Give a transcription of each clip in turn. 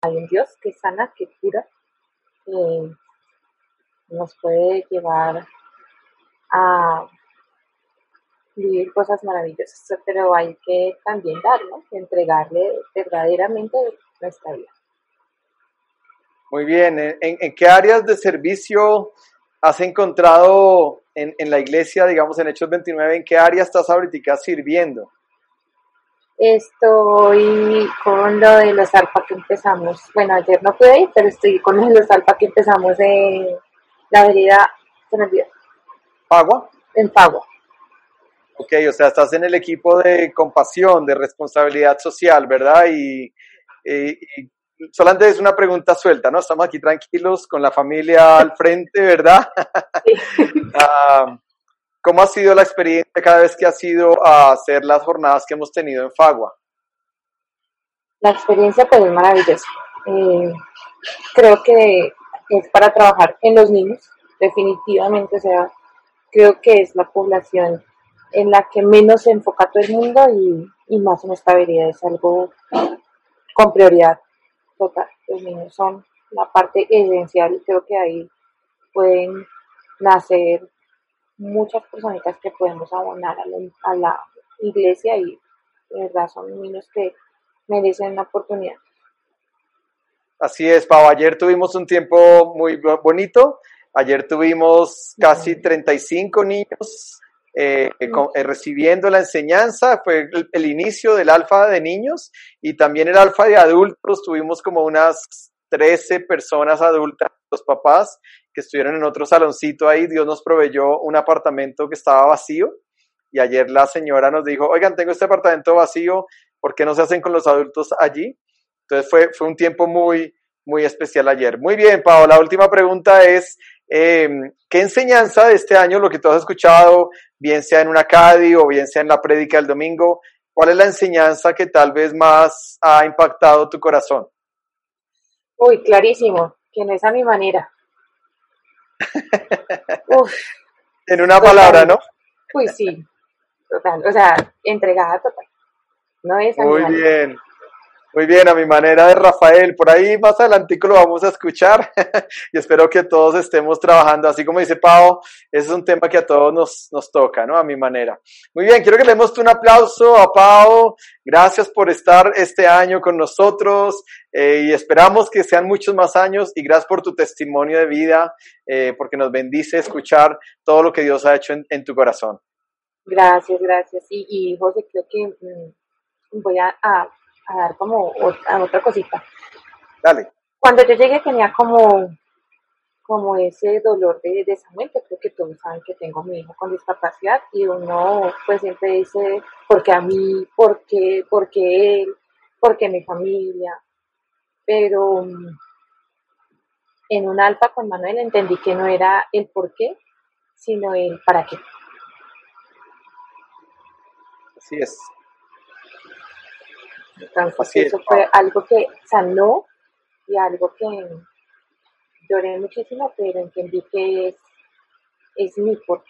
hay un Dios que sana, que cura, que nos puede llevar a vivir cosas maravillosas, pero hay que también dar, ¿no? Entregarle verdaderamente nuestra vida. Muy bien. ¿En qué áreas de servicio has encontrado en la iglesia, digamos en Hechos 29, en qué área estás ahorita sirviendo? Estoy con lo de los alfa que empezamos. Bueno, ayer no pude ir, pero estoy con lo de los alfa que empezamos en la avenida, se me olvidó. ¿Pagua? En Pagua. Ok, o sea, estás en el equipo de compasión, de responsabilidad social, ¿verdad? Y solamente es una pregunta suelta, ¿no? Estamos aquí tranquilos con la familia al frente, ¿verdad? Sí. ¿Cómo ha sido la experiencia cada vez que has ido a hacer las jornadas que hemos tenido en Fagua? La experiencia pues es maravillosa. Creo que es para trabajar en los niños, definitivamente, o sea, creo que es la población en la que menos se enfoca todo el mundo y más en estabilidad, es algo con prioridad total. Los niños son la parte esencial y creo que ahí pueden nacer muchas personitas que podemos abonar a la iglesia y de verdad son niños que merecen una oportunidad. Así es, Pau. Ayer tuvimos un tiempo muy bonito. Ayer tuvimos casi 35 niños recibiendo la enseñanza. Fue el inicio del alfa de niños y también el alfa de adultos. Tuvimos como unas 13 personas adultas, los papás, que estuvieron en otro saloncito ahí. Dios nos proveyó un apartamento que estaba vacío y ayer la señora nos dijo, oigan, tengo este apartamento vacío, ¿por qué no se hacen con los adultos allí? Entonces fue un tiempo muy, muy especial ayer. Muy bien, Pau, la última pregunta es, ¿qué enseñanza de este año, lo que tú has escuchado, bien sea en una CADI o bien sea en la prédica del domingo, cuál es la enseñanza que tal vez más ha impactado tu corazón? Uy, clarísimo, que no es a mi manera. Uf, en una palabra, ¿no? Uy, sí, total, o sea, entregada total. No es a mi manera. Muy bien. Muy bien, a mi manera de Rafael, por ahí más adelantico lo vamos a escuchar y espero que todos estemos trabajando, así como dice Pau, ese es un tema que a todos nos toca, ¿no? A mi manera. Muy bien, quiero que le demos un aplauso a Pau, gracias por estar este año con nosotros y esperamos que sean muchos más años y gracias por tu testimonio de vida, porque nos bendice escuchar todo lo que Dios ha hecho en tu corazón. Gracias. Y José, creo que voy a dar como otra cosita. Dale. Cuando yo llegué tenía como ese dolor de Samuel, que creo que todos saben que tengo a mi hijo con discapacidad y uno pues siempre dice, ¿por qué a mí? ¿Por qué él? ¿Por qué mi familia? Pero en un alfa con Manuel entendí que no era el por qué, sino el para qué. Así es. Entonces eso fue algo que sanó y algo que lloré muchísimo, pero entendí que es mi porqué.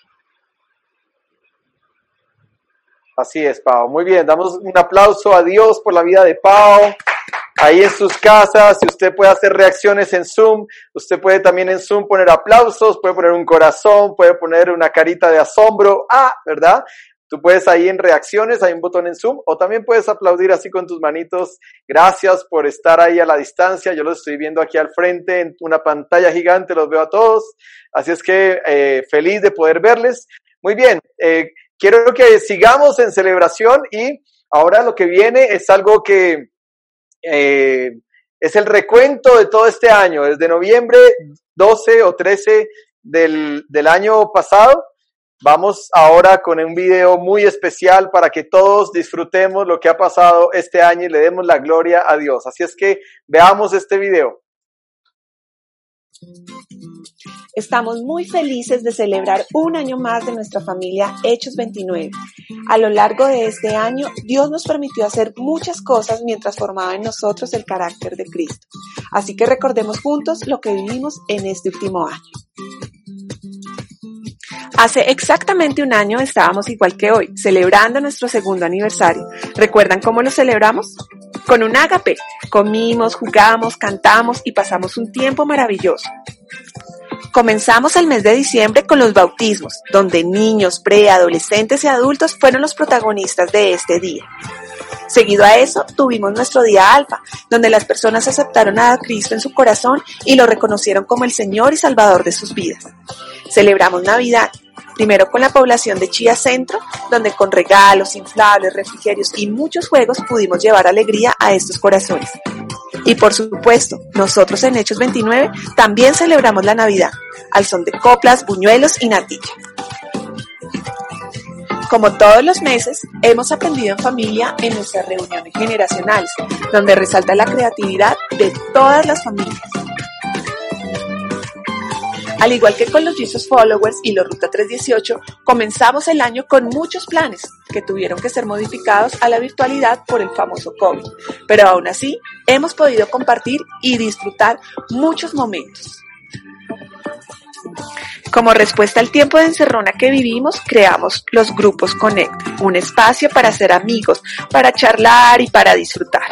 Así es, Pau. Muy bien, damos un aplauso a Dios por la vida de Pau. Ahí en sus casas, si usted puede hacer reacciones en Zoom, usted puede también en Zoom poner aplausos, puede poner un corazón, puede poner una carita de asombro, ¿verdad? Tú puedes ahí en reacciones, hay un botón en Zoom, o también puedes aplaudir así con tus manitos. Gracias por estar ahí a la distancia, yo los estoy viendo aquí al frente en una pantalla gigante, los veo a todos, así es que feliz de poder verles. Muy bien, quiero que sigamos en celebración y ahora lo que viene es algo que es el recuento de todo este año, desde noviembre 12 o 13 del año pasado. Vamos ahora con un video muy especial para que todos disfrutemos lo que ha pasado este año y le demos la gloria a Dios. Así es que veamos este video. Estamos muy felices de celebrar un año más de nuestra familia Hechos 29. A lo largo de este año, Dios nos permitió hacer muchas cosas mientras formaba en nosotros el carácter de Cristo. Así que recordemos juntos lo que vivimos en este último año. Hace exactamente un año estábamos igual que hoy, celebrando nuestro segundo aniversario. ¿Recuerdan cómo lo celebramos? Con un ágape. Comimos, jugamos, cantamos y pasamos un tiempo maravilloso. Comenzamos el mes de diciembre con los bautismos, donde niños, preadolescentes y adultos fueron los protagonistas de este día. Seguido a eso, tuvimos nuestro día alfa, donde las personas aceptaron a Cristo en su corazón y lo reconocieron como el Señor y Salvador de sus vidas. Celebramos Navidad, primero con la población de Chía Centro, donde con regalos, inflables, refrigerios y muchos juegos pudimos llevar alegría a estos corazones. Y por supuesto, nosotros en Hechos 29 también celebramos la Navidad, al son de coplas, buñuelos y natilla. Como todos los meses, hemos aprendido en familia en nuestras reuniones generacionales, donde resalta la creatividad de todas las familias. Al igual que con los Jesus Followers y los Ruta 318, comenzamos el año con muchos planes que tuvieron que ser modificados a la virtualidad por el famoso COVID. Pero aún así, hemos podido compartir y disfrutar muchos momentos. Como respuesta al tiempo de encerrona que vivimos, creamos los grupos Connect, un espacio para ser amigos, para charlar y para disfrutar.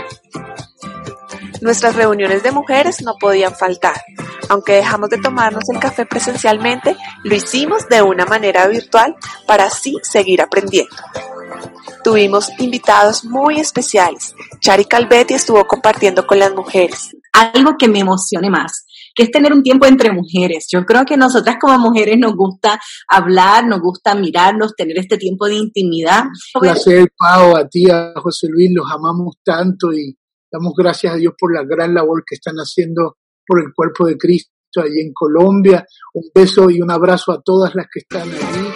Nuestras reuniones de mujeres no podían faltar. Aunque dejamos de tomarnos el café presencialmente, lo hicimos de una manera virtual para así seguir aprendiendo. Tuvimos invitados muy especiales. Chari Calvetti estuvo compartiendo con las mujeres. Algo que me emocione más, que es tener un tiempo entre mujeres. Yo creo que nosotras como mujeres nos gusta hablar, nos gusta mirarnos, tener este tiempo de intimidad. Un placer, Pau, a ti, a José Luis, los amamos tanto y damos gracias a Dios por la gran labor que están haciendo por el cuerpo de Cristo allí en Colombia. Un beso y un abrazo a todas las que están allí.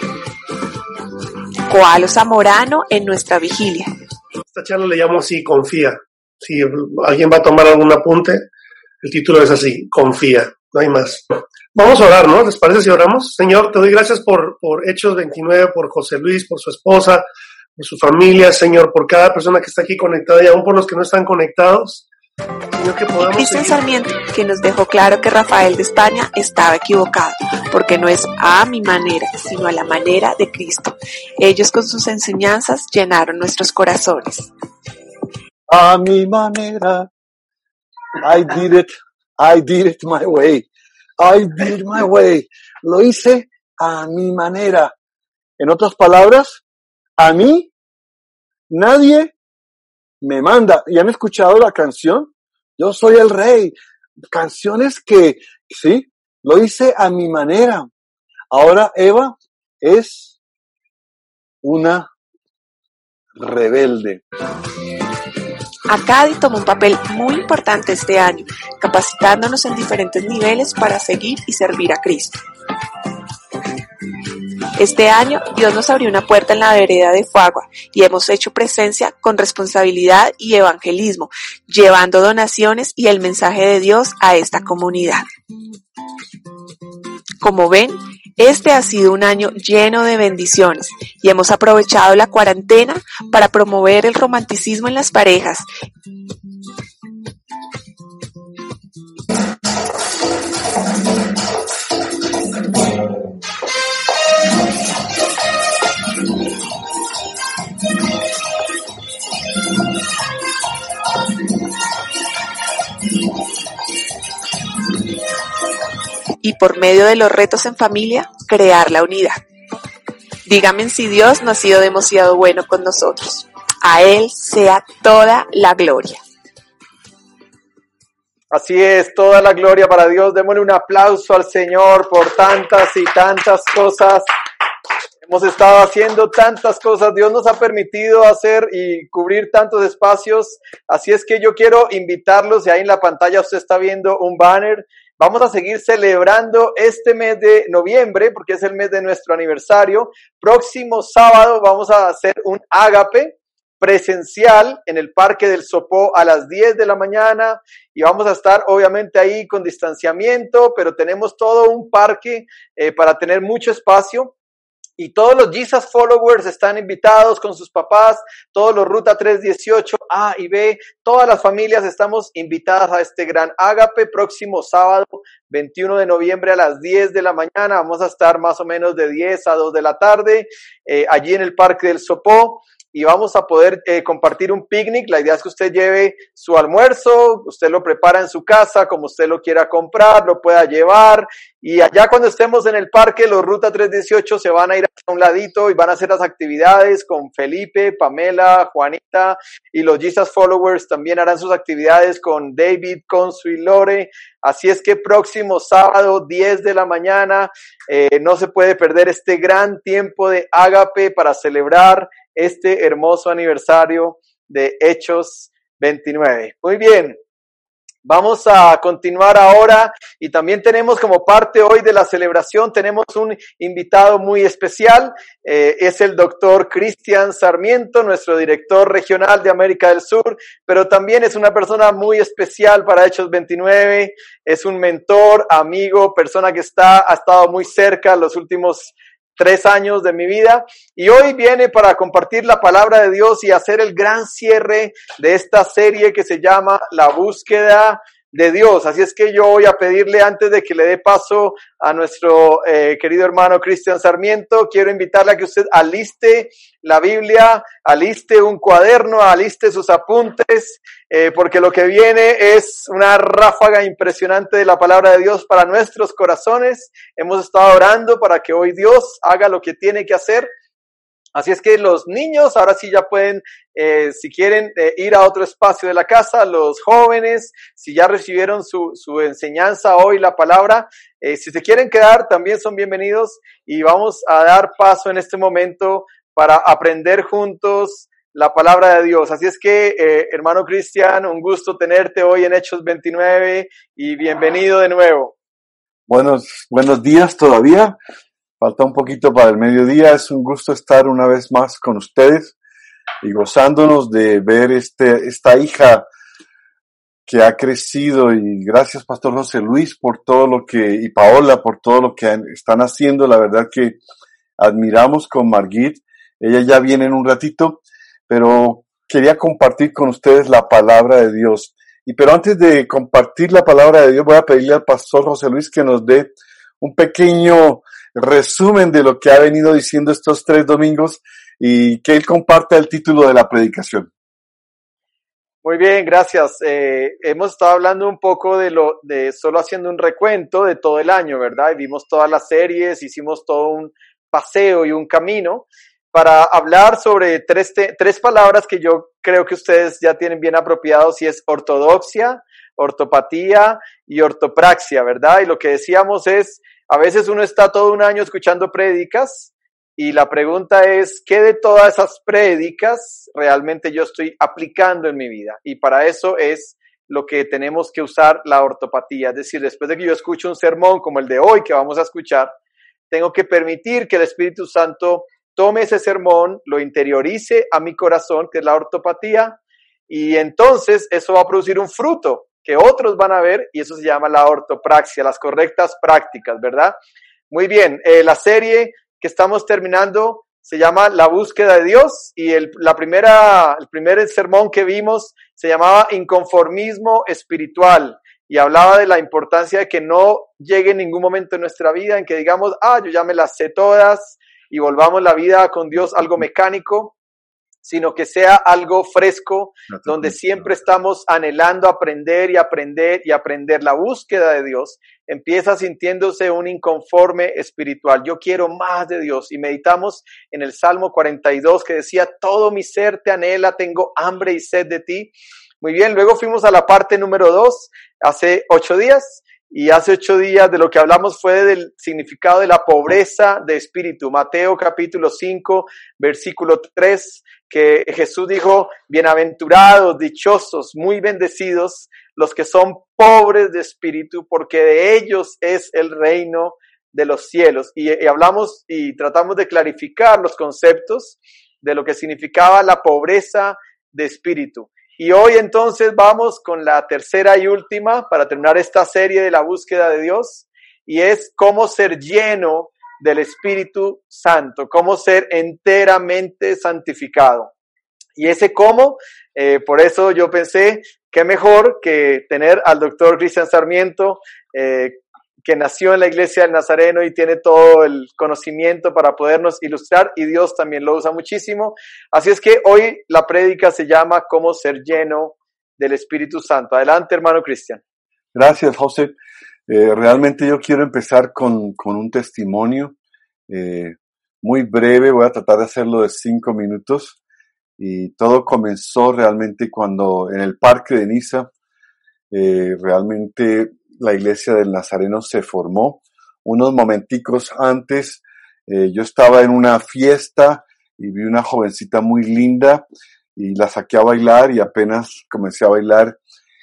Koalo Zamorano en nuestra vigilia. Esta charla le llamo así, confía. Si alguien va a tomar algún apunte, el título es así, confía, no hay más. Vamos a orar, ¿no? ¿Les parece si oramos? Señor, te doy gracias por Hechos 29, por José Luis, por su esposa, por su familia, Señor, por cada persona que está aquí conectada y aún por los que no están conectados. Señor, que podamos Cristian Sarmiento, que nos dejó claro que Rafael de España estaba equivocado, porque no es a mi manera, sino a la manera de Cristo. Ellos con sus enseñanzas llenaron nuestros corazones. A mi manera, I did it my way, I did it my way, lo hice a mi manera. En otras palabras, a mí nadie me manda. ¿Y han escuchado la canción? Yo soy el rey. Canciones que, sí, lo hice a mi manera. Ahora Eva es una rebelde. Acadi tomó un papel muy importante este año, capacitándonos en diferentes niveles para seguir y servir a Cristo. Este año, Dios nos abrió una puerta en la vereda de Fuagua y hemos hecho presencia con responsabilidad y evangelismo, llevando donaciones y el mensaje de Dios a esta comunidad. Como ven, este ha sido un año lleno de bendiciones y hemos aprovechado la cuarentena para promover el romanticismo en las parejas. Y por medio de los retos en familia, crear la unidad. Díganme si Dios no ha sido demasiado bueno con nosotros. A Él sea toda la gloria. Así es, toda la gloria para Dios. Démosle un aplauso al Señor por tantas y tantas cosas. Hemos estado haciendo tantas cosas. Dios nos ha permitido hacer y cubrir tantos espacios. Así es que yo quiero invitarlos, y ahí en la pantalla usted está viendo un banner. Vamos a seguir celebrando este mes de noviembre, porque es el mes de nuestro aniversario. Próximo sábado vamos a hacer un ágape presencial en el Parque del Sopó a las 10 de la mañana y vamos a estar obviamente ahí con distanciamiento, pero tenemos todo un parque para tener mucho espacio. Y todos los Jesus Followers están invitados con sus papás, todos los Ruta 318, A y B, todas las familias estamos invitadas a este gran ágape próximo sábado 21 de noviembre a las 10 de la mañana. Vamos a estar más o menos de 10 a 2 de la tarde allí en el Parque del Sopó. y vamos a poder compartir un picnic. La idea es que usted lleve su almuerzo, usted lo prepara en su casa, como usted lo quiera comprar, lo pueda llevar, y allá cuando estemos en el parque, los Ruta 318 se van a ir a un ladito y van a hacer las actividades con Felipe, Pamela, Juanita, y los Jesus Followers también harán sus actividades con David, Consu y Lore. Así es que próximo sábado, 10 de la mañana, no se puede perder este gran tiempo de Ágape para celebrar este hermoso aniversario de Hechos 29. Muy bien. Vamos a continuar ahora y también tenemos como parte hoy de la celebración, tenemos un invitado muy especial, es el doctor Cristian Sarmiento, nuestro director regional de América del Sur, pero también es una persona muy especial para Hechos 29, es un mentor, amigo, persona que ha estado muy cerca los últimos 3 años de mi vida, y hoy viene para compartir la palabra de Dios y hacer el gran cierre de esta serie que se llama La Búsqueda de Dios. Así es que yo voy a pedirle, antes de que le dé paso a nuestro querido hermano Cristian Sarmiento, quiero invitarle a que usted aliste la Biblia, aliste un cuaderno, aliste sus apuntes, porque lo que viene es una ráfaga impresionante de la palabra de Dios para nuestros corazones. Hemos estado orando para que hoy Dios haga lo que tiene que hacer. Así es que los niños ahora sí ya pueden, si quieren, ir a otro espacio de la casa. Los jóvenes, si ya recibieron su enseñanza hoy, la palabra, si se quieren quedar, también son bienvenidos. Y vamos a dar paso en este momento para aprender juntos la palabra de Dios. Así es que, hermano Cristian, un gusto tenerte hoy en Hechos 29 y bienvenido de nuevo. Buenos días todavía. Falta un poquito para el mediodía. Es un gusto estar una vez más con ustedes y gozándonos de ver esta hija que ha crecido, y gracias Pastor José Luis por todo lo que, y Paola por todo lo que están haciendo. La verdad que admiramos con Margit. Ella ya viene en un ratito, pero quería compartir con ustedes la palabra de Dios. Pero antes de compartir la palabra de Dios, voy a pedirle al Pastor José Luis que nos dé un pequeño resumen de lo que ha venido diciendo estos 3 domingos y que él comparta el título de la predicación. Muy bien, gracias. Hemos estado hablando un poco de solo haciendo un recuento de todo el año, ¿verdad? Y vimos todas las series, hicimos todo un paseo y un camino para hablar sobre tres palabras que yo creo que ustedes ya tienen bien apropiados, y es ortodoxia, ortopatía y ortopraxia, ¿verdad? Y lo que decíamos es, a veces uno está todo un año escuchando prédicas y la pregunta es, ¿qué de todas esas prédicas realmente yo estoy aplicando en mi vida? Y para eso es lo que tenemos que usar la ortopatía. Es decir, después de que yo escucho un sermón como el de hoy que vamos a escuchar, tengo que permitir que el Espíritu Santo tome ese sermón, lo interiorice a mi corazón, que es la ortopatía, y entonces eso va a producir un fruto que otros van a ver, y eso se llama la ortopraxia, las correctas prácticas, ¿verdad? Muy bien, la serie que estamos terminando se llama La Búsqueda de Dios, y el primer sermón que vimos se llamaba Inconformismo Espiritual, y hablaba de la importancia de que no llegue en ningún momento en nuestra vida en que digamos, yo ya me las sé todas, y volvamos la vida con Dios algo mecánico, sino que sea algo fresco, donde siempre estamos anhelando aprender y aprender y aprender. La búsqueda de Dios empieza sintiéndose un inconforme espiritual. Yo quiero más de Dios. Y meditamos en el Salmo 42 que decía, todo mi ser te anhela, tengo hambre y sed de ti. Muy bien, luego fuimos a la parte número 2, hace 8 días. Y hace 8 días de lo que hablamos fue del significado de la pobreza de espíritu. Mateo capítulo 5, versículo 3, que Jesús dijo, bienaventurados, dichosos, muy bendecidos los que son pobres de espíritu, porque de ellos es el reino de los cielos. Y hablamos y tratamos de clarificar los conceptos de lo que significaba la pobreza de espíritu. Y hoy entonces vamos con la tercera y última para terminar esta serie de la búsqueda de Dios, y es cómo ser lleno del Espíritu Santo, cómo ser enteramente santificado. Y ese cómo, por eso yo pensé, qué mejor que tener al doctor Cristian Sarmiento que nació en la iglesia del Nazareno y tiene todo el conocimiento para podernos ilustrar, y Dios también lo usa muchísimo. Así es que hoy la prédica se llama Cómo ser lleno del Espíritu Santo. Adelante, hermano Cristian. Gracias, José. Realmente yo quiero empezar con un testimonio muy breve. Voy a tratar de hacerlo de 5 minutos. Y todo comenzó realmente cuando en el parque de Niza, realmente la iglesia del Nazareno se formó. Unos momenticos antes, yo estaba en una fiesta y vi una jovencita muy linda y la saqué a bailar, y apenas comencé a bailar,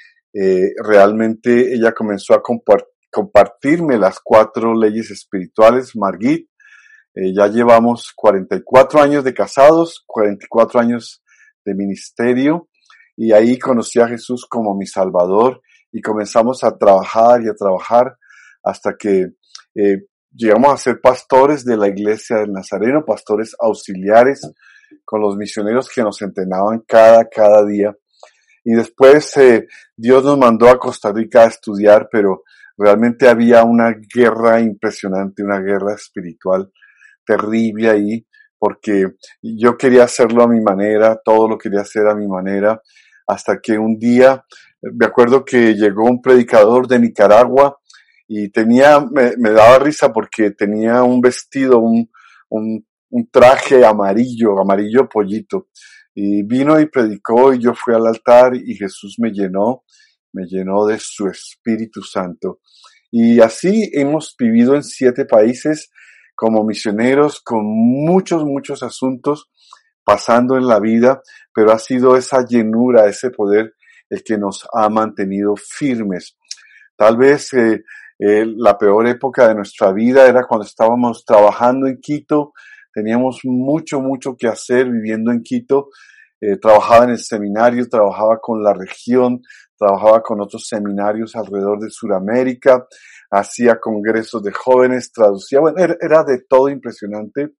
realmente ella comenzó a compartirme las 4 leyes espirituales, Margit. Ya llevamos 44 años de casados, 44 años de ministerio, y ahí conocí a Jesús como mi Salvador y comenzamos a trabajar hasta que llegamos a ser pastores de la iglesia del Nazareno, pastores auxiliares con los misioneros que nos entrenaban cada día. Y después Dios nos mandó a Costa Rica a estudiar, pero realmente había una guerra impresionante, una guerra espiritual terrible ahí, porque yo quería hacerlo a mi manera, todo lo quería hacer a mi manera, hasta que un día, me acuerdo que llegó un predicador de Nicaragua y me daba risa porque tenía un vestido, un traje amarillo pollito, y vino y predicó, y yo fui al altar y Jesús me llenó de su Espíritu Santo. Y así hemos vivido en 7 países como misioneros, con muchos asuntos pasando en la vida, pero ha sido esa llenura, ese poder, el que nos ha mantenido firmes. Tal vez la peor época de nuestra vida era cuando estábamos trabajando en Quito. Teníamos mucho que hacer viviendo en Quito. Trabajaba en el seminario, trabajaba con la región, trabajaba con otros seminarios alrededor de Sudamérica, hacía congresos de jóvenes, traducía, bueno, era de todo impresionante.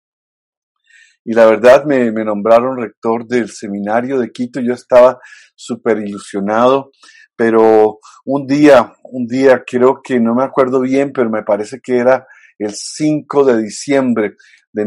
Y la verdad me nombraron rector del seminario de Quito. Yo estaba súper ilusionado, pero un día, creo que no me acuerdo bien, pero me parece que era el 5 de diciembre de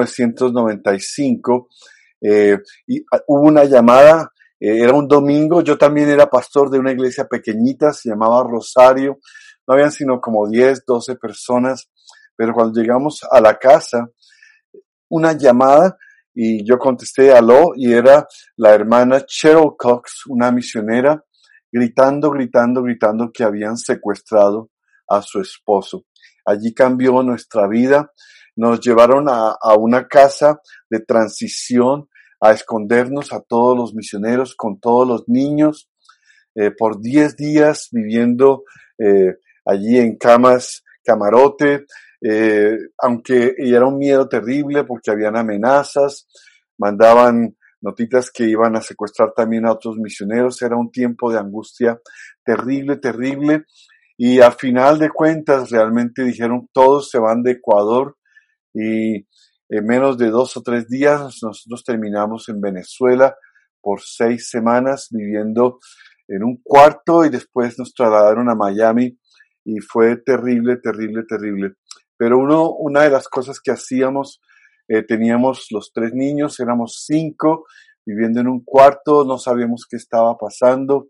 1995, y hubo una llamada, era un domingo. Yo también era pastor de una iglesia pequeñita, se llamaba Rosario, no habían sino como 10, 12 personas, pero cuando llegamos a la casa, una llamada, y yo contesté aló, y era la hermana Cheryl Cox, una misionera, gritando que habían secuestrado a su esposo. Allí cambió nuestra vida. Nos llevaron a una casa de transición, a escondernos a todos los misioneros con todos los niños, por 10 días viviendo allí en camas, camarote, aunque era un miedo terrible porque habían amenazas, mandaban notitas que iban a secuestrar también a otros misioneros. Era un tiempo de angustia terrible, y a final de cuentas realmente dijeron todos se van de Ecuador, y en menos de 2 o 3 días nosotros terminamos en Venezuela por 6 semanas viviendo en un cuarto, y después nos trasladaron a Miami, y fue terrible. Pero una de las cosas que hacíamos, teníamos los 3 niños, éramos 5 viviendo en un cuarto, no sabíamos qué estaba pasando,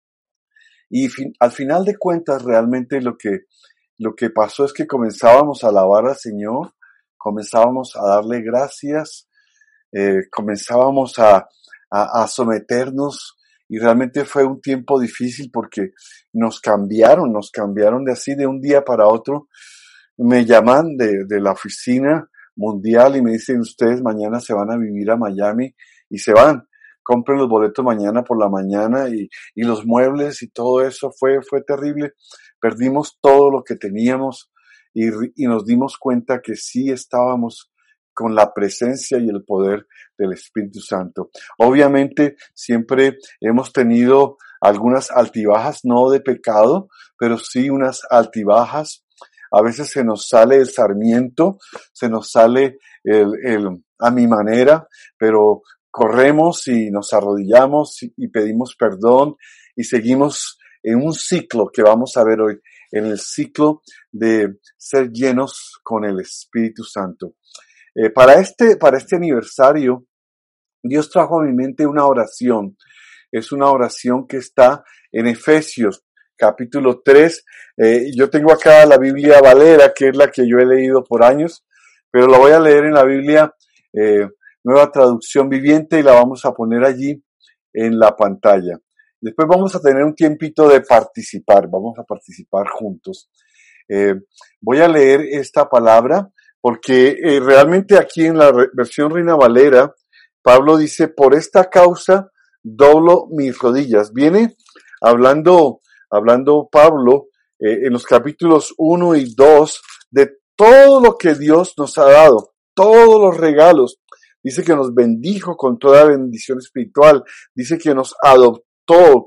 y al final de cuentas realmente lo que pasó es que comenzábamos a alabar al Señor, comenzábamos a darle gracias, comenzábamos a someternos, y realmente fue un tiempo difícil porque nos cambiaron de un día para otro. Me llaman de la oficina mundial y me dicen: ustedes mañana se van a vivir a Miami, y se van, compren los boletos mañana por la mañana, y los muebles y todo eso. Fue terrible. Perdimos todo lo que teníamos, y nos dimos cuenta que sí estábamos con la presencia y el poder del Espíritu Santo. Obviamente siempre hemos tenido algunas altibajas, no de pecado, pero sí unas altibajas. A veces se nos sale el sarmiento, se nos sale a mi manera, pero corremos y nos arrodillamos y pedimos perdón y seguimos en un ciclo que vamos a ver hoy, en el ciclo de ser llenos con el Espíritu Santo. Para este aniversario, Dios trajo a mi mente una oración. Es una oración que está en Efesios, capítulo 3. Yo tengo acá la Biblia Valera, que es la que yo he leído por años, pero la voy a leer en la Biblia Nueva Traducción Viviente y la vamos a poner allí en la pantalla. Después vamos a tener un tiempito de participar, vamos a participar juntos. Voy a leer esta palabra porque realmente aquí en la versión Reina Valera, Pablo dice, por esta causa doblo mis rodillas. Viene hablando Pablo en los capítulos 1 y 2 de todo lo que Dios nos ha dado, todos los regalos. Dice que nos bendijo con toda bendición espiritual. Dice que nos adoptó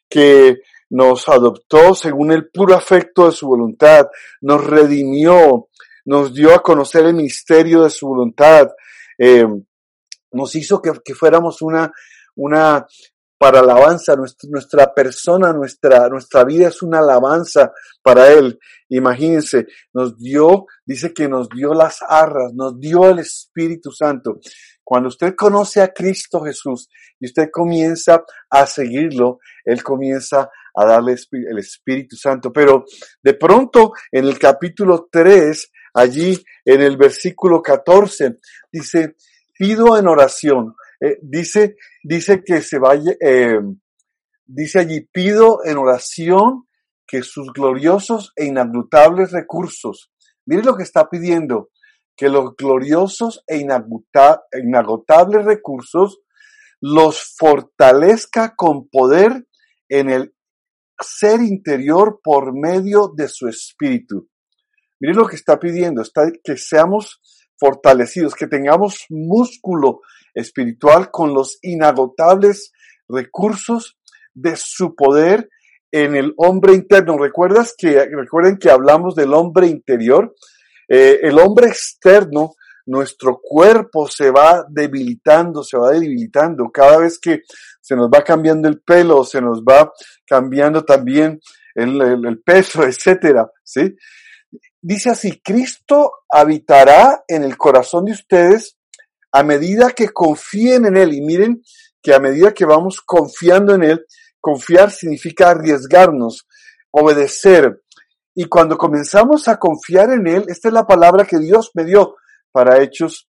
según el puro afecto de su voluntad. Nos redimió, nos dio a conocer el misterio de su voluntad. Nos hizo que fuéramos una para alabanza, nuestra persona, nuestra vida es una alabanza para Él. Imagínense, dice que nos dio las arras, nos dio el Espíritu Santo. Cuando usted conoce a Cristo Jesús y usted comienza a seguirlo, Él comienza a darle el Espíritu Santo. Pero de pronto, en el capítulo 3, allí en el versículo 14, dice, pido en oración. Dice que se vaya, dice allí, pido en oración que sus gloriosos e inagotables recursos, mire lo que está pidiendo, que los gloriosos e inagotables recursos los fortalezca con poder en el ser interior por medio de su espíritu. Mire lo que está pidiendo, que seamos fortalecidos, que tengamos músculo espiritual con los inagotables recursos de su poder en el hombre interno. Recuerden que hablamos del hombre interior. El hombre externo, nuestro cuerpo se va debilitando cada vez que se nos va cambiando el pelo, se nos va cambiando también el peso, etcétera, ¿sí? Dice así, Cristo habitará en el corazón de ustedes a medida que confíen en Él. Y miren que a medida que vamos confiando en Él, confiar significa arriesgarnos, obedecer. Y cuando comenzamos a confiar en Él, esta es la palabra que Dios me dio para Hechos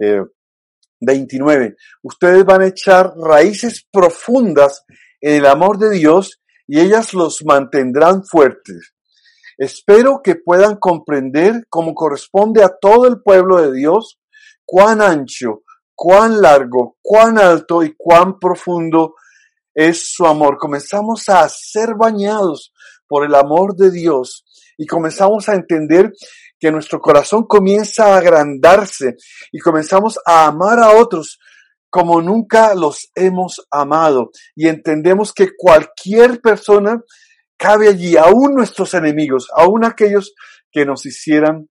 29. Ustedes van a echar raíces profundas en el amor de Dios y ellas los mantendrán fuertes. Espero que puedan comprender, como corresponde a todo el pueblo de Dios, cuán ancho, cuán largo, cuán alto y cuán profundo es su amor. Comenzamos a ser bañados por el amor de Dios y comenzamos a entender que nuestro corazón comienza a agrandarse y comenzamos a amar a otros como nunca los hemos amado. Y entendemos que cualquier persona cabe allí, aún nuestros enemigos, aún aquellos que nos hicieron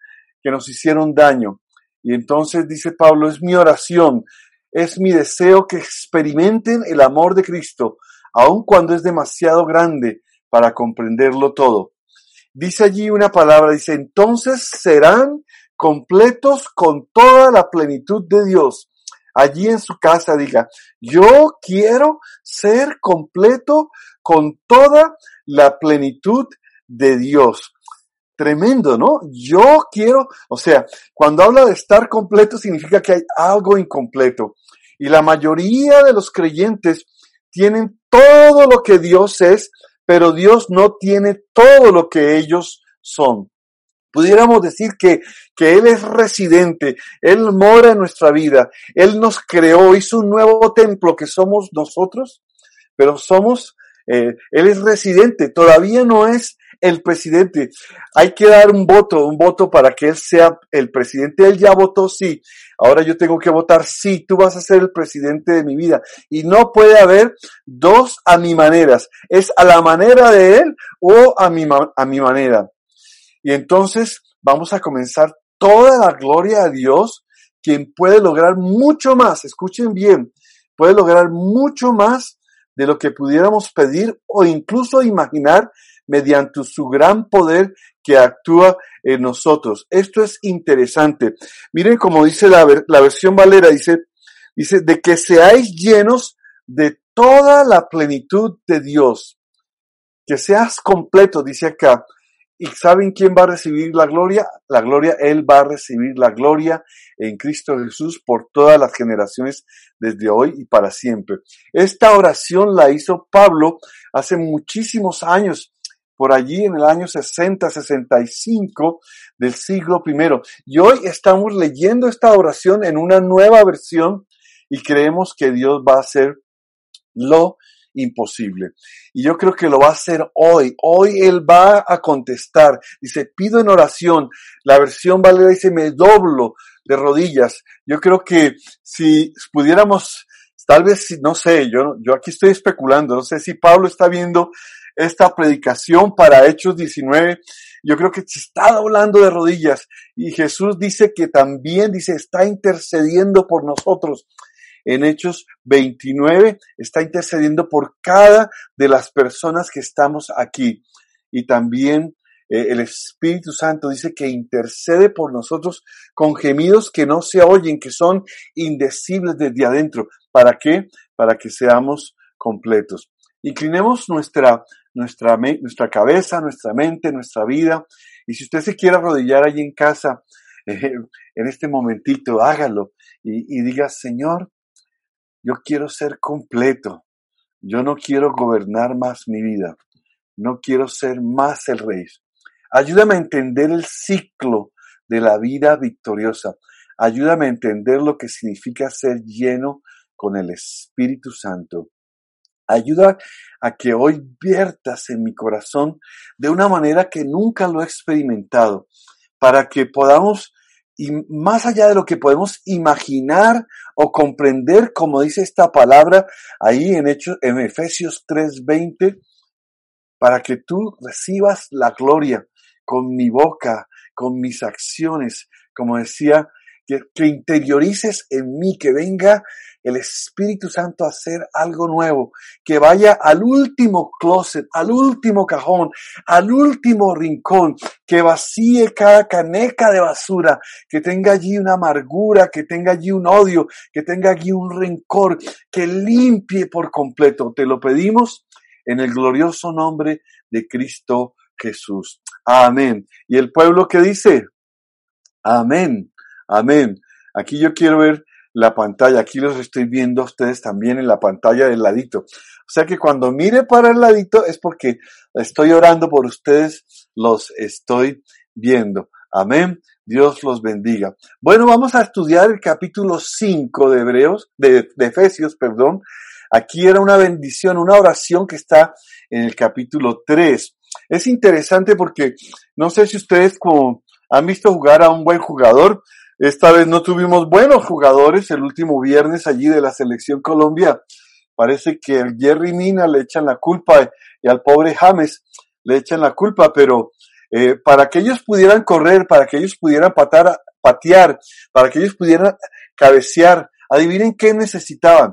daño. Y entonces dice Pablo, es mi oración, es mi deseo que experimenten el amor de Cristo, aun cuando es demasiado grande para comprenderlo todo. Dice allí una palabra, dice, entonces serán completos con toda la plenitud de Dios. Allí en su casa diga, yo quiero ser completo con toda la plenitud de Dios. Tremendo, ¿no? Yo quiero, o sea, cuando habla de estar completo significa que hay algo incompleto. Y la mayoría de los creyentes tienen todo lo que Dios es, pero Dios no tiene todo lo que ellos son. Pudiéramos decir que Él es residente, Él mora en nuestra vida, Él nos creó, hizo un nuevo templo que somos nosotros, pero Él es residente, todavía no es el presidente. Hay que dar un voto para que Él sea el presidente. Él ya votó sí, ahora yo tengo que votar sí, tú vas a ser el presidente de mi vida. Y no puede haber dos a mi maneras, es a la manera de Él o a mi manera. Y entonces vamos a comenzar toda la gloria a Dios, quien puede lograr mucho más, escuchen bien, puede lograr mucho más de lo que pudiéramos pedir o incluso imaginar mediante su gran poder que actúa en nosotros. Esto es interesante. Miren como dice la versión Valera, dice, de que seáis llenos de toda la plenitud de Dios. Que seas completo, dice acá. ¿Y saben quién va a recibir la gloria? La gloria, Él va a recibir la gloria en Cristo Jesús por todas las generaciones desde hoy y para siempre. Esta oración la hizo Pablo hace muchísimos años, por allí en el año 60, 65 del siglo I. Y hoy estamos leyendo esta oración en una nueva versión y creemos que Dios va a hacer lo imposible. Y yo creo que lo va a hacer hoy. Hoy Él va a contestar. Dice, pido en oración. La versión Valera dice, me doblo de rodillas. Yo creo que si pudiéramos, tal vez, no sé, yo aquí estoy especulando, no sé si Pablo está viendo esta predicación para Hechos 19, yo creo que se está doblando de rodillas. Y Jesús dice que también, está intercediendo por nosotros. En Hechos 29 está intercediendo por cada de las personas que estamos aquí. Y también el Espíritu Santo dice que intercede por nosotros con gemidos que no se oyen, que son indecibles desde adentro. ¿Para qué? Para que seamos completos. Inclinemos nuestra cabeza, nuestra mente, nuestra vida. Y si usted se quiere arrodillar allí en casa, en este momentito, hágalo y diga, Señor, yo quiero ser completo. Yo no quiero gobernar más mi vida. No quiero ser más el rey. Ayúdame a entender el ciclo de la vida victoriosa. Ayúdame a entender lo que significa ser lleno con el Espíritu Santo. Ayuda a que hoy viertas en mi corazón de una manera que nunca lo he experimentado, para que podamos, y más allá de lo que podemos imaginar o comprender, como dice esta palabra ahí en Efesios 3:20, para que tú recibas la gloria con mi boca, con mis acciones, como decía, que interiorices en mí, que venga el Espíritu Santo a hacer algo nuevo, que vaya al último closet, al último cajón, al último rincón, que vacíe cada caneca de basura, que tenga allí una amargura, que tenga allí un odio, que tenga allí un rencor, que limpie por completo. Te lo pedimos en el glorioso nombre de Cristo Jesús. Amén. ¿Y el pueblo qué dice? Amén. Amén. Aquí yo quiero ver la pantalla. Aquí los estoy viendo a ustedes también en la pantalla del ladito. O sea que cuando mire para el ladito es porque estoy orando por ustedes, los estoy viendo. Amén. Dios los bendiga. Bueno, vamos a estudiar el capítulo 5 de Efesios, perdón. Aquí era una bendición, una oración que está en el capítulo 3. Es interesante porque no sé si ustedes como han visto jugar a un buen jugador. Esta vez no tuvimos buenos jugadores el último viernes allí de la Selección Colombia. Parece que al Jerry Mina le echan la culpa y al pobre James le echan la culpa, pero para que ellos pudieran correr, para que ellos pudieran patear, para que ellos pudieran cabecear, adivinen qué necesitaban.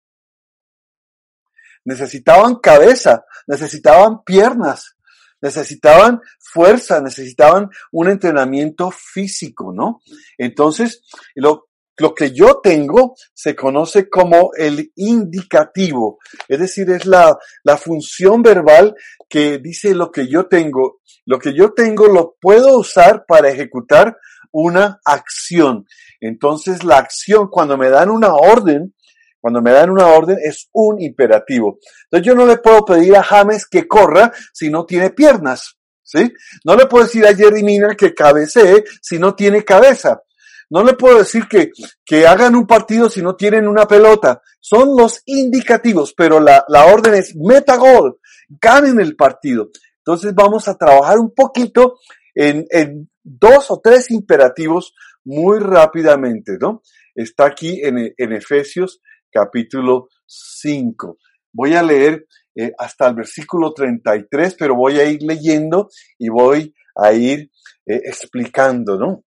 Necesitaban cabeza, necesitaban piernas, necesitaban fuerza, necesitaban un entrenamiento físico, ¿no? Entonces, lo que yo tengo se conoce como el indicativo, es decir, es la función verbal que dice lo que yo tengo. Lo que yo tengo lo puedo usar para ejecutar una acción. Entonces, la acción, cuando me dan una orden, es un imperativo. Entonces yo no le puedo pedir a James que corra si no tiene piernas, ¿sí? No le puedo decir a Jerry Mina que cabecee si no tiene cabeza. No le puedo decir que hagan un partido si no tienen una pelota. Son los indicativos, pero la orden es meta gol, ganen el partido. Entonces vamos a trabajar un poquito en 2 o 3 imperativos muy rápidamente, ¿no? Está aquí en Efesios capítulo 5. Voy a leer hasta el versículo 33, pero voy a ir leyendo y voy a ir explicando, ¿no?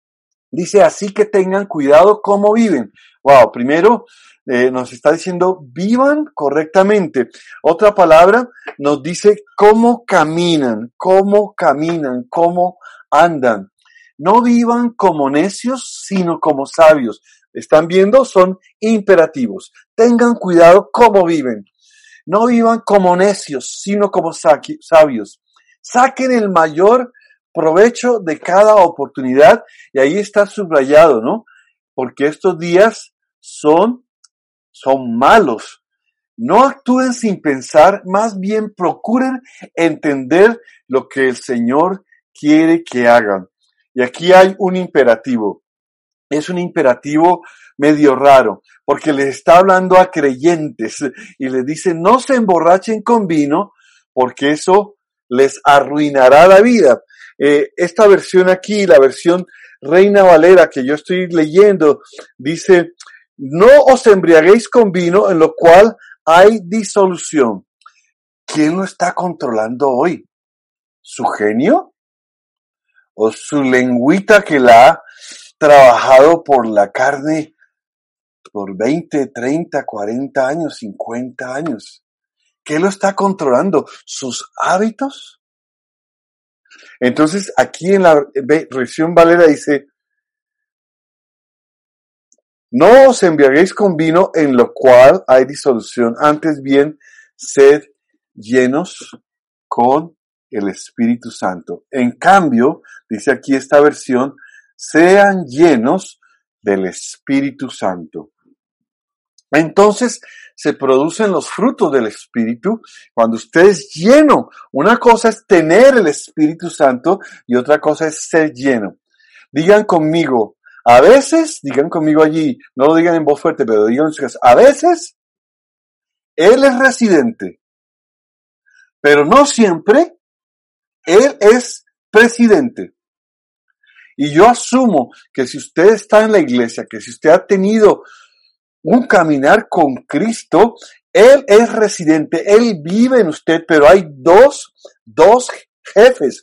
Dice, así que tengan cuidado cómo viven. Wow, primero nos está diciendo, vivan correctamente. Otra palabra nos dice cómo caminan, cómo andan. No vivan como necios, sino como sabios. ¿Están viendo? Son imperativos. Tengan cuidado cómo viven. No vivan como necios, sino como sabios. Saquen el mayor provecho de cada oportunidad, y ahí está subrayado, ¿no? Porque estos días son malos. No actúen sin pensar, más bien procuren entender lo que el Señor quiere que hagan. Y aquí hay un imperativo. Es un imperativo medio raro, porque les está hablando a creyentes y les dice, no se emborrachen con vino, porque eso les arruinará la vida. Esta versión aquí, la versión Reina Valera que yo estoy leyendo, dice, no os embriaguéis con vino en lo cual hay disolución. ¿Quién lo está controlando hoy? ¿Su genio? ¿O su lengüita que la ha trabajado por la carne por 20, 30, 40 años, 50 años? ¿Qué lo está controlando? ¿Sus hábitos? Entonces, aquí en la versión Valera dice, no os embriaguéis con vino en lo cual hay disolución, antes bien, sed llenos con el Espíritu Santo. En cambio, dice aquí esta versión, sean llenos del Espíritu Santo. Entonces se producen los frutos del Espíritu cuando usted es lleno. Una cosa es tener el Espíritu Santo y otra cosa es ser lleno. Digan conmigo, a veces, digan conmigo allí, no lo digan en voz fuerte, pero digan en su casa, a veces Él es residente, pero no siempre Él es presidente. Y yo asumo que si usted está en la iglesia, que si usted ha tenido un caminar con Cristo, Él es residente, Él vive en usted, pero hay dos jefes.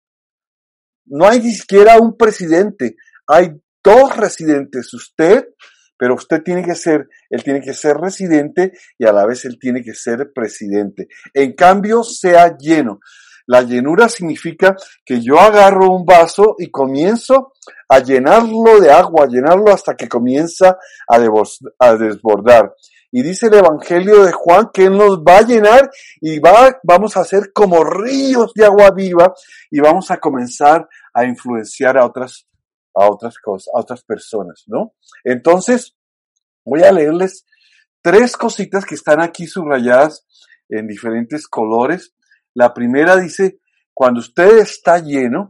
No hay ni siquiera un presidente, hay dos residentes. Usted, pero usted Él tiene que ser residente y a la vez Él tiene que ser presidente. En cambio, sea lleno. La llenura significa que yo agarro un vaso y comienzo a llenarlo de agua, a llenarlo hasta que comienza a desbordar. Y dice el Evangelio de Juan que Él nos va a llenar y vamos a ser como ríos de agua viva y vamos a comenzar a influenciar a otras cosas, a otras personas, ¿no? Entonces, voy a leerles 3 cositas que están aquí subrayadas en diferentes colores. La primera dice, cuando usted está lleno,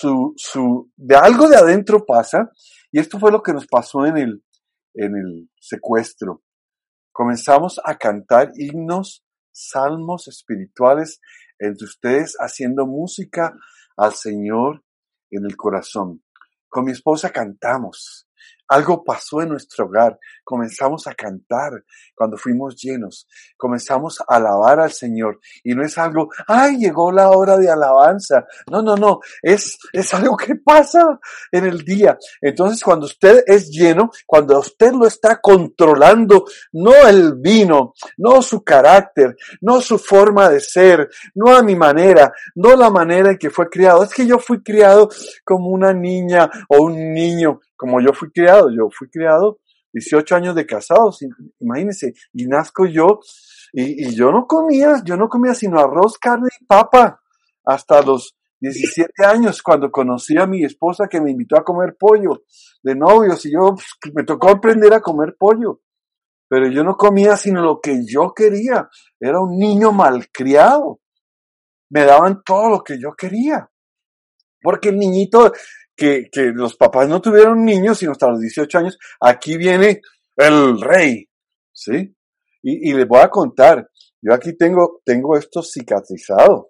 de algo de adentro pasa, y esto fue lo que nos pasó en el secuestro. Comenzamos a cantar himnos, salmos espirituales entre ustedes, haciendo música al Señor en el corazón. Con mi esposa cantamos. Algo pasó en nuestro hogar. Comenzamos a cantar cuando fuimos llenos. Comenzamos a alabar al Señor. Y no es algo, ¡ay, llegó la hora de alabanza! No. Es algo que pasa en el día. Entonces, cuando usted es lleno, cuando usted lo está controlando, no el vino, no su carácter, no su forma de ser, no a mi manera, no la manera en que fue criado. Es que yo fui criado como una niña o un niño, como yo fui criado 18 años de casados, imagínense, y nazco yo, y yo no comía sino arroz, carne y papa, hasta los 17 años, cuando conocí a mi esposa que me invitó a comer pollo, de novios, y yo, me tocó aprender a comer pollo, pero yo no comía sino lo que yo quería, era un niño malcriado, me daban todo lo que yo quería, porque el niñito que los papás no tuvieron niños sino hasta los 18 años, aquí viene el rey, ¿sí? Y les voy a contar, yo aquí tengo esto cicatrizado.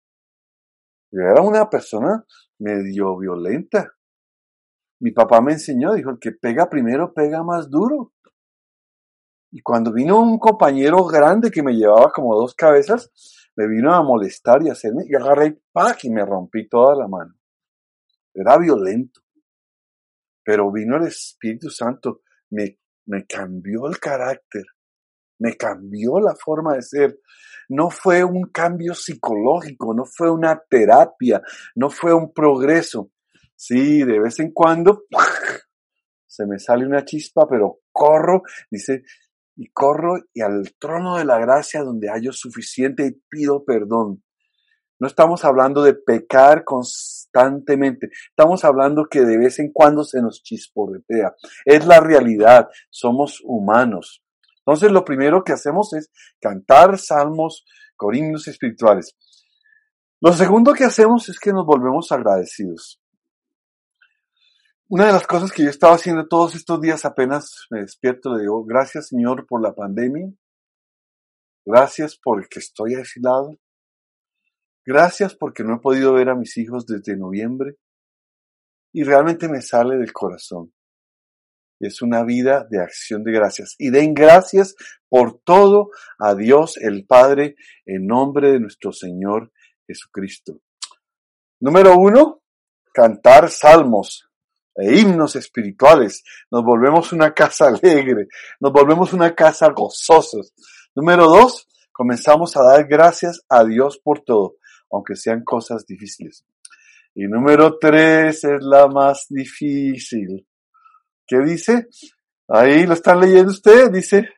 Yo era una persona medio violenta. Mi papá me enseñó, dijo, el que pega primero pega más duro. Y cuando vino un compañero grande que me llevaba como 2 cabezas, me vino a molestar y hacerme, y agarré y me rompí toda la mano. Era violento. pero vino el Espíritu Santo, me cambió el carácter, me cambió la forma de ser. No fue un cambio psicológico, no fue una terapia, no fue un progreso. Sí, de vez en cuando se me sale una chispa, pero corro, dice, y corro y al trono de la gracia donde hallo suficiente y pido perdón. No estamos hablando de pecar constantemente, estamos hablando que de vez en cuando se nos chisporretea. Es la realidad, somos humanos. Entonces lo primero que hacemos es cantar salmos con himnos espirituales. Lo segundo que hacemos es que nos volvemos agradecidos. Una de las cosas que yo estaba haciendo todos estos días apenas me despierto, le digo, gracias Señor por la pandemia, gracias porque estoy aislado, gracias porque no he podido ver a mis hijos desde noviembre y realmente me sale del corazón. Es una vida de acción de gracias. Y den gracias por todo a Dios el Padre en nombre de nuestro Señor Jesucristo. Número 1, cantar salmos e himnos espirituales. Nos volvemos una casa alegre, nos volvemos una casa gozosos. Número 2, comenzamos a dar gracias a Dios por todo, aunque sean cosas difíciles. Y número 3 es la más difícil. ¿Qué dice? Ahí lo están leyendo ustedes, dice,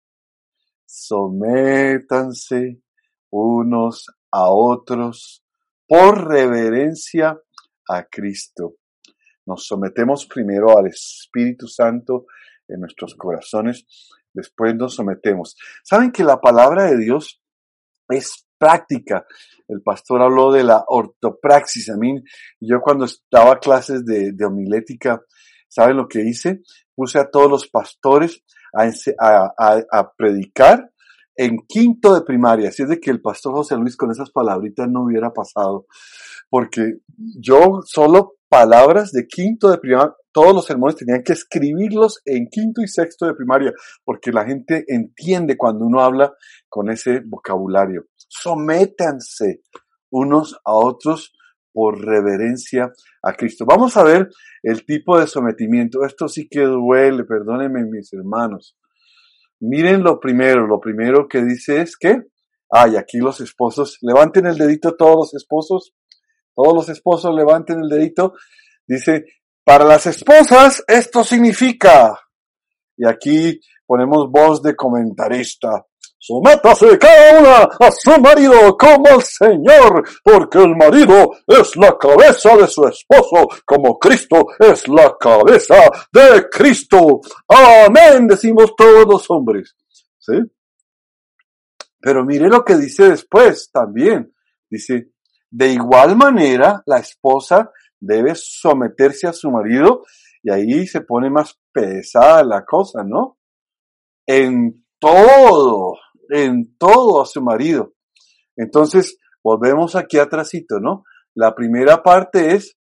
sométanse unos a otros por reverencia a Cristo. Nos sometemos primero al Espíritu Santo en nuestros corazones, después nos sometemos. ¿Saben que la palabra de Dios es práctica? El pastor habló de la ortopraxis. A mí, yo cuando daba clases de homilética, ¿saben lo que hice? Puse a todos los pastores a predicar en quinto de primaria. Así es de que el pastor José Luis con esas palabritas no hubiera pasado. Porque yo solo palabras de quinto de primaria, todos los sermones tenían que escribirlos en quinto y sexto de primaria. Porque la gente entiende cuando uno habla con ese vocabulario. Sométanse unos a otros por reverencia a Cristo. Vamos a ver el tipo de sometimiento. Esto sí que duele, perdónenme mis hermanos. Miren lo primero que dice es que, y aquí los esposos, levanten el dedito todos los esposos levanten el dedito, dice, para las esposas esto significa, y aquí ponemos voz de comentarista, sométase cada una a su marido como el Señor, porque el marido es la cabeza de su esposo, como Cristo es la cabeza de Cristo. Amén, decimos todos los hombres. ¿Sí? Pero mire lo que dice después también. Dice, de igual manera, la esposa debe someterse a su marido, y ahí se pone más pesada la cosa, ¿no? En todo a su marido. Entonces, volvemos aquí atrásito, ¿no? La primera parte es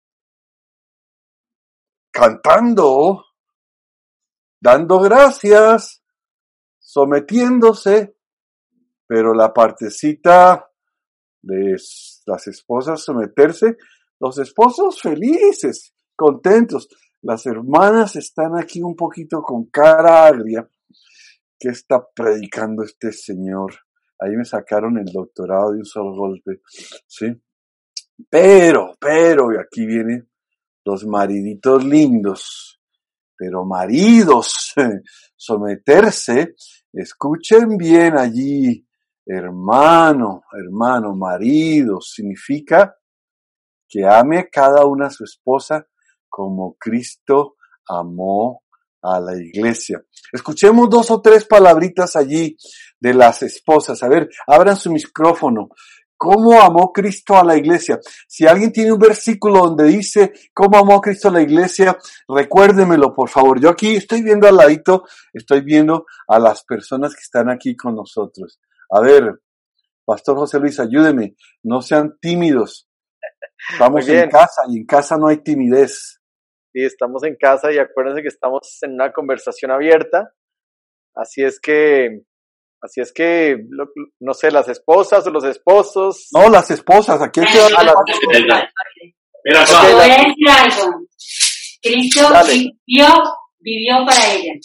cantando, dando gracias, sometiéndose, pero la partecita de las esposas someterse, los esposos felices, contentos, las hermanas están aquí un poquito con cara agria. ¿Qué está predicando este señor? Ahí me sacaron el doctorado de un solo golpe, ¿sí? Pero, y aquí vienen los mariditos lindos, pero maridos, someterse, escuchen bien allí, hermano, marido, significa que ame a cada una a su esposa como Cristo amó a la iglesia. Escuchemos 2 o 3 palabritas allí de las esposas. A ver, abran su micrófono. ¿Cómo amó Cristo a la iglesia? Si alguien tiene un versículo donde dice cómo amó Cristo a la iglesia, recuérdemelo, por favor. Yo aquí estoy viendo al ladito, estoy viendo a las personas que están aquí con nosotros. A ver, Pastor José Luis, ayúdeme. No sean tímidos. Estamos en casa y en casa no hay timidez. Sí, estamos en casa y acuérdense que estamos en una conversación abierta. Así es que, no sé, las esposas o los esposos. No, las esposas, aquí hay que dar a las esposas. Cristo Dale. vivió para ella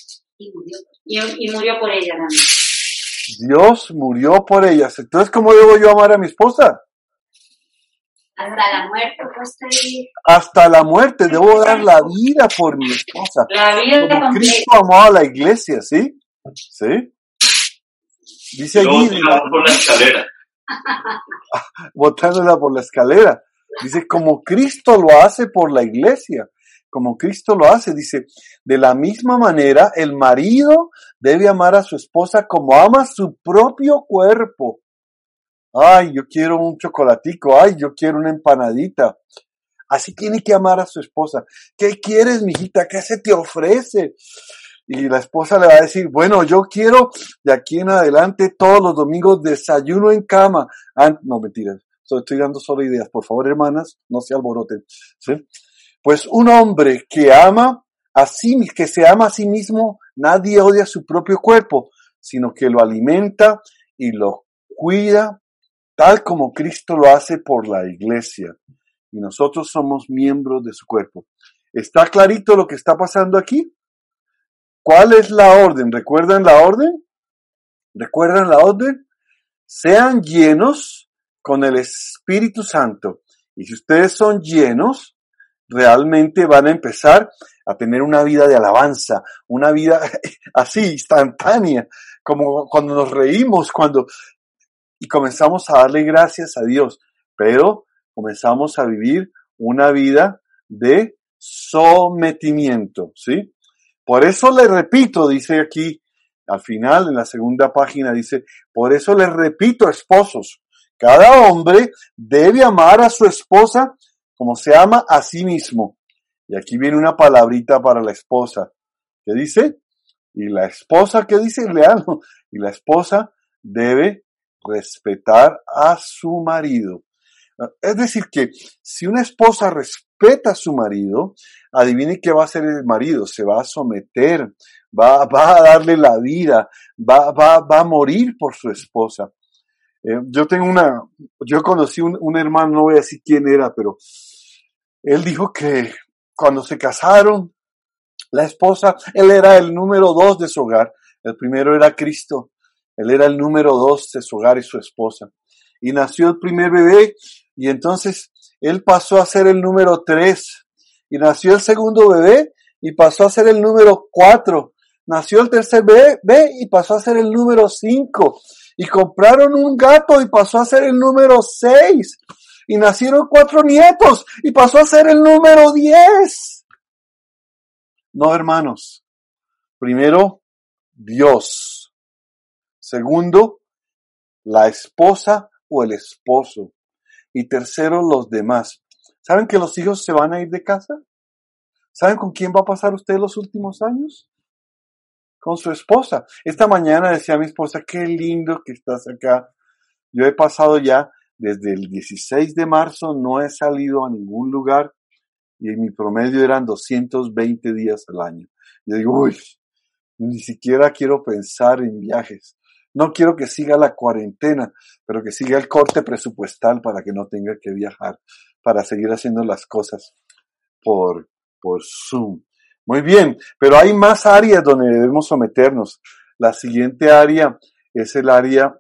y murió por ella también. Dios murió por ellas. Entonces, ¿cómo debo yo amar a mi esposa? Hasta la muerte, pues ahí. Hasta la muerte. Debo dar la vida por mi esposa. La vida Como completa. Cristo amó a la iglesia, ¿sí? ¿Sí? Dice allí, por la escalera. botándola por la escalera. Dice, como Cristo lo hace por la iglesia. Como Cristo lo hace, dice, de la misma manera, el marido debe amar a su esposa como ama su propio cuerpo. Ay, yo quiero un chocolatico. Ay, yo quiero una empanadita. Así tiene que amar a su esposa. ¿Qué quieres, mijita? ¿Qué se te ofrece? Y la esposa le va a decir, bueno, yo quiero de aquí en adelante todos los domingos desayuno en cama. No, mentiras. Estoy dando solo ideas. Por favor, hermanas, no se alboroten. ¿Sí? Pues un hombre que que se ama a sí mismo, nadie odia su propio cuerpo, sino que lo alimenta y lo cuida, tal como Cristo lo hace por la iglesia. Y nosotros somos miembros de su cuerpo. ¿Está clarito lo que está pasando aquí? ¿Cuál es la orden? ¿Recuerdan la orden? ¿Recuerdan la orden? Sean llenos con el Espíritu Santo. Y si ustedes son llenos, realmente van a empezar a tener una vida de alabanza, una vida así, instantánea, como cuando nos reímos, y comenzamos a darle gracias a Dios, pero comenzamos a vivir una vida de sometimiento, ¿sí? Por eso le repito, dice aquí, al final, en la segunda página, dice, por eso les repito, esposos, cada hombre debe amar a su esposa como se ama a sí mismo. Y aquí viene una palabrita para la esposa. ¿Qué dice? Y la esposa, ¿qué dice? Leanlo. Y la esposa debe respetar a su marido. Es decir, que si una esposa respeta a su marido, adivine qué va a hacer el marido. Se va a someter, va a darle la vida, va a morir por su esposa. Yo conocí un hermano, no voy a decir quién era, pero él dijo que cuando se casaron, la esposa, él era el número 2 de su hogar. El primero era Cristo. Él era el número 2 de su hogar y su esposa. Y nació el primer bebé, y entonces él pasó a ser el número 3. Y nació el segundo bebé, y pasó a ser el número 4. Nació el tercer bebé, y pasó a ser el número 5. Y compraron un gato, y pasó a ser el número 6. Y nacieron 4 nietos, y pasó a ser el número 10. No, hermanos. Primero, Dios. Segundo, la esposa o el esposo. Y tercero, los demás. ¿Saben que los hijos se van a ir de casa? ¿Saben con quién va a pasar usted los últimos años? Con su esposa. Esta mañana decía mi esposa, qué lindo que estás acá. Yo he pasado ya desde el 16 de marzo, no he salido a ningún lugar y mi promedio eran 220 días al año. Yo digo, uy, ni siquiera quiero pensar en viajes. No quiero que siga la cuarentena, pero que siga el corte presupuestal para que no tenga que viajar, para seguir haciendo las cosas por Zoom. Muy bien, pero hay más áreas donde debemos someternos. La siguiente área es el área,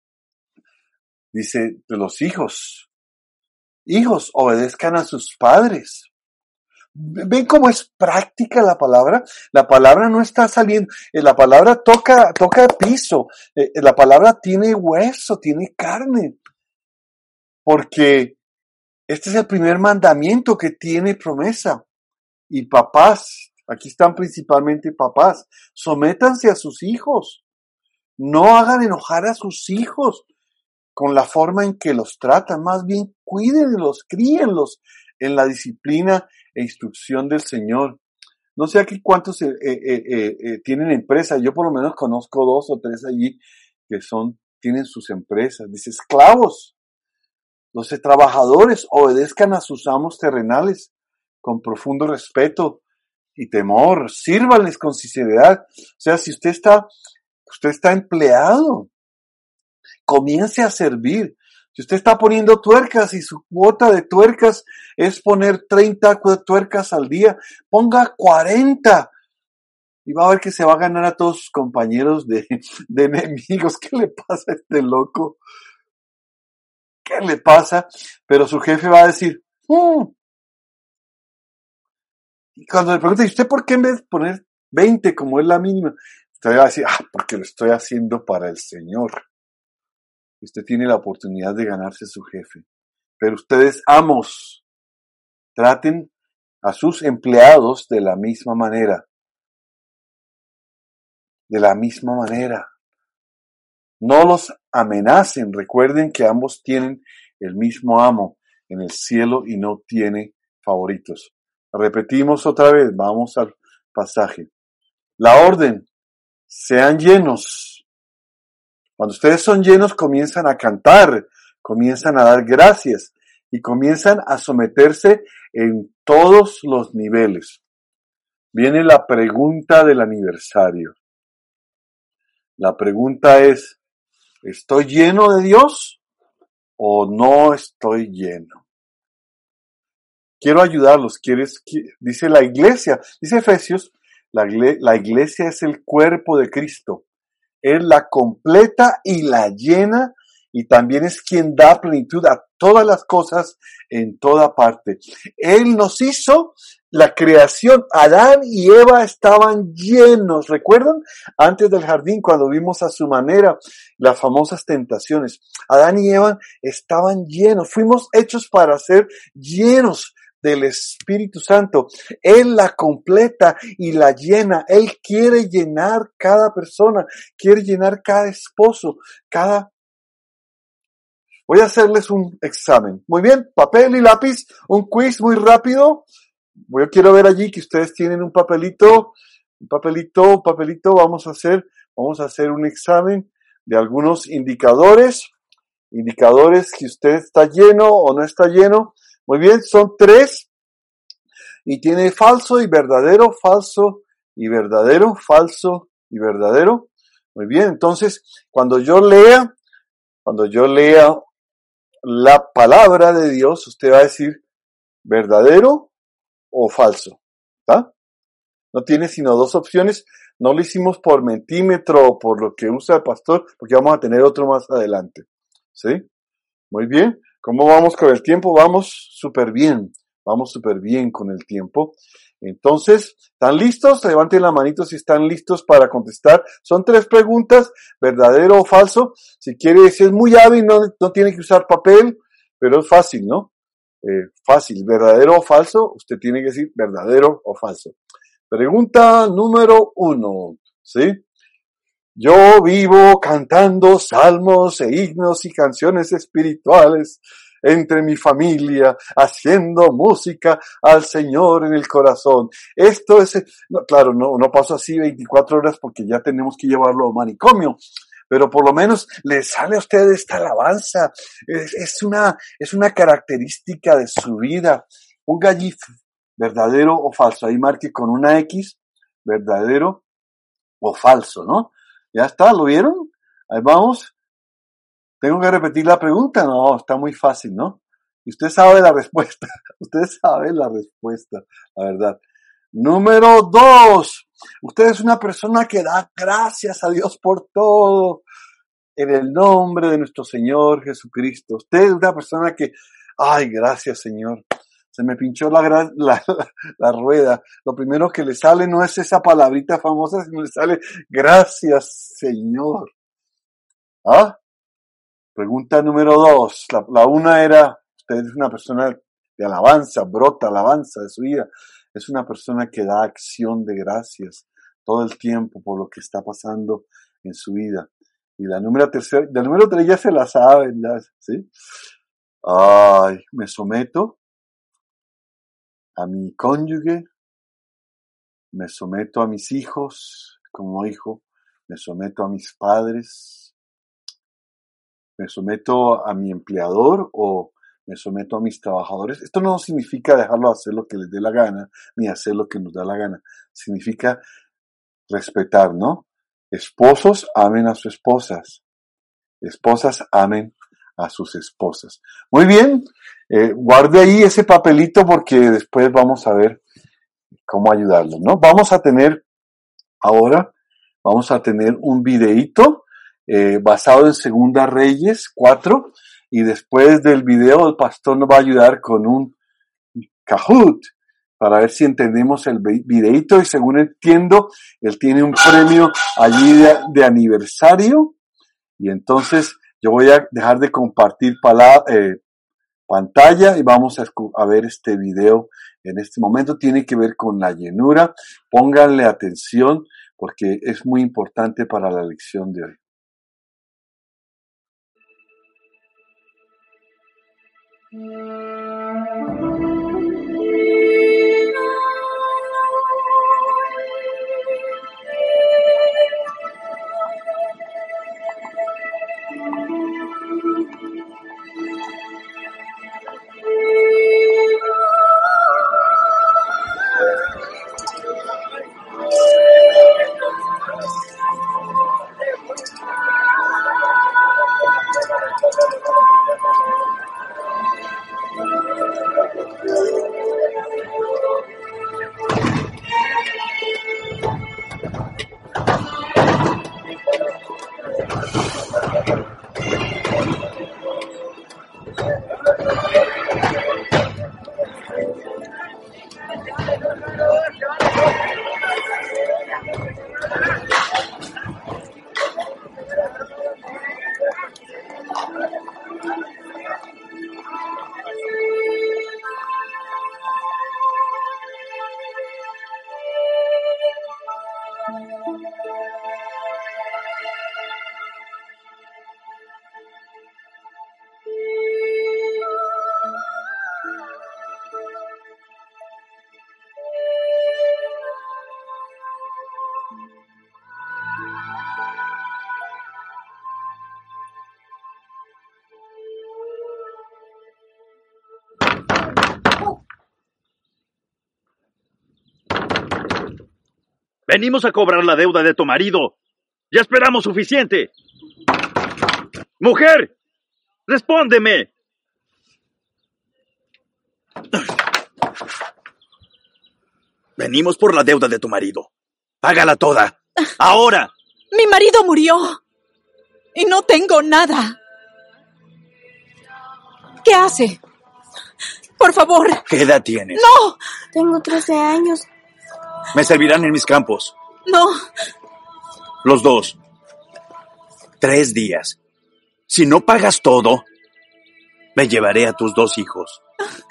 dice, de los hijos. Hijos, obedezcan a sus padres. ¿Ven cómo es práctica la palabra? La palabra no está saliendo, la palabra toca piso, la palabra tiene hueso, tiene carne. Porque este es el primer mandamiento que tiene promesa. Y papás, aquí están principalmente papás, sométanse a sus hijos. No hagan enojar a sus hijos con la forma en que los tratan, más bien cuídenlos, críenlos en la disciplina e instrucción del Señor. No sé aquí cuántos tienen empresas, yo por lo menos conozco 2 o 3 allí que tienen sus empresas. Dice, esclavos, los trabajadores, obedezcan a sus amos terrenales con profundo respeto y temor, sírvanles con sinceridad. O sea, si usted está empleado, comience a servir. Si Si usted está poniendo tuercas y su cuota de tuercas es poner 30 tuercas al día, ponga 40 y va a ver que se va a ganar a todos sus compañeros de enemigos. ¿Qué le pasa a este loco? ¿Qué le pasa? Pero su jefe va a decir, Y cuando le pregunta, ¿y usted por qué en vez de poner 20 como es la mínima? Usted va a decir, porque lo estoy haciendo para el Señor. Usted tiene la oportunidad de ganarse su jefe. Pero ustedes, amos, traten a sus empleados de la misma manera. De la misma manera. No los amenacen. Recuerden que ambos tienen el mismo amo en el cielo y no tiene favoritos. Repetimos otra vez. Vamos al pasaje. La orden. Sean llenos. Cuando ustedes son llenos, comienzan a cantar, comienzan a dar gracias y comienzan a someterse en todos los niveles. Viene la pregunta del aniversario. La pregunta es, ¿estoy lleno de Dios o no estoy lleno? Quiero ayudarlos. Dice la iglesia, dice Efesios, la iglesia es el cuerpo de Cristo. Él la completa y la llena y también es quien da plenitud a todas las cosas en toda parte. Él nos hizo la creación. Adán y Eva estaban llenos. ¿Recuerdan? Antes del jardín, cuando vimos a su manera las famosas tentaciones. Adán y Eva estaban llenos. Fuimos hechos para ser llenos del Espíritu Santo. Él la completa y la llena. Él quiere llenar cada persona, quiere llenar cada esposo, Voy a hacerles un examen. Muy bien, papel y lápiz, un quiz muy rápido. Yo quiero ver allí que ustedes tienen un papelito, vamos a hacer un examen de algunos indicadores que usted está lleno o no está lleno. Muy bien, son 3 y tiene falso y verdadero, falso y verdadero, falso y verdadero. Muy bien, entonces cuando yo lea la palabra de Dios, usted va a decir verdadero o falso, ¿está? No tiene sino 2 opciones. No lo hicimos por mentímetro o por lo que usa el pastor, porque vamos a tener otro más adelante, ¿sí? Muy bien. ¿Cómo vamos con el tiempo? Vamos súper bien con el tiempo. Entonces, ¿están listos? Levanten la manito si están listos para contestar. Son 3 preguntas, verdadero o falso. Si es muy hábil, no tiene que usar papel, pero es fácil, ¿no? Fácil, verdadero o falso, usted tiene que decir verdadero o falso. Pregunta número 1, ¿sí? Yo vivo cantando salmos e himnos y canciones espirituales entre mi familia, haciendo música al Señor en el corazón. Esto es, claro, no paso así 24 horas porque ya tenemos que llevarlo a manicomio, pero por lo menos le sale a usted esta alabanza. Es una característica de su vida. Un gallifo, verdadero o falso. Ahí marque con una X, verdadero o falso, ¿no? ¿Ya está? ¿Lo vieron? Ahí vamos. ¿Tengo que repetir la pregunta? No, está muy fácil, ¿no? Y usted sabe la respuesta. Usted sabe la respuesta, la verdad. Número 2. Usted es una persona que da gracias a Dios por todo. En el nombre de nuestro Señor Jesucristo. Usted es una persona que, gracias Señor. Se me pinchó la rueda. Lo primero que le sale no es esa palabrita famosa, sino le sale gracias, Señor. Pregunta número 2. La una era, usted es una persona de alabanza, brota alabanza de su vida. Es una persona que da acción de gracias todo el tiempo por lo que está pasando en su vida. Y la número 3 ya se la saben, ya, ¿sí? Me someto a mi cónyuge, me someto a mis hijos como hijo, me someto a mis padres, me someto a mi empleador o me someto a mis trabajadores. Esto no significa dejarlo hacer lo que les dé la gana, ni hacer lo que nos da la gana. Significa respetar, ¿no? Esposos, amen a sus esposas. Esposas, amen a sus esposas. Muy bien, guarde ahí ese papelito porque después vamos a ver cómo ayudarlos, ¿no? Vamos a tener un videíto basado en Segunda Reyes 4 y después del video el pastor nos va a ayudar con un Kahoot para ver si entendemos el videíto y según entiendo, él tiene un premio allí de aniversario y entonces yo voy a dejar de compartir pantalla y vamos a ver este video en este momento. Tiene que ver con la llenura. Pónganle atención porque es muy importante para la lección de hoy. Venimos a cobrar la deuda de tu marido. Ya esperamos suficiente. ¡Mujer! ¡Respóndeme! Venimos por la deuda de tu marido. Págala toda. ¡Ahora! Mi marido murió. Y no tengo nada. ¿Qué hace? Por favor. ¿Qué edad tienes? ¡No! Tengo 13 años. Me servirán en mis campos. No. Los dos. 3 días. Si no pagas todo, me llevaré a tus 2 hijos.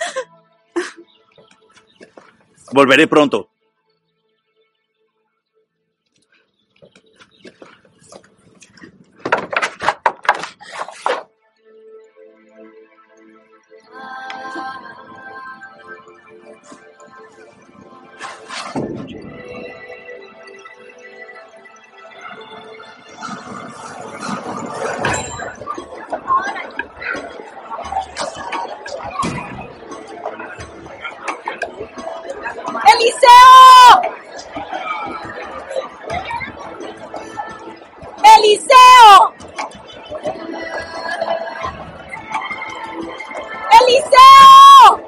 Volveré pronto. ¡Eliseo! ¡Eliseo! ¡Eliseo!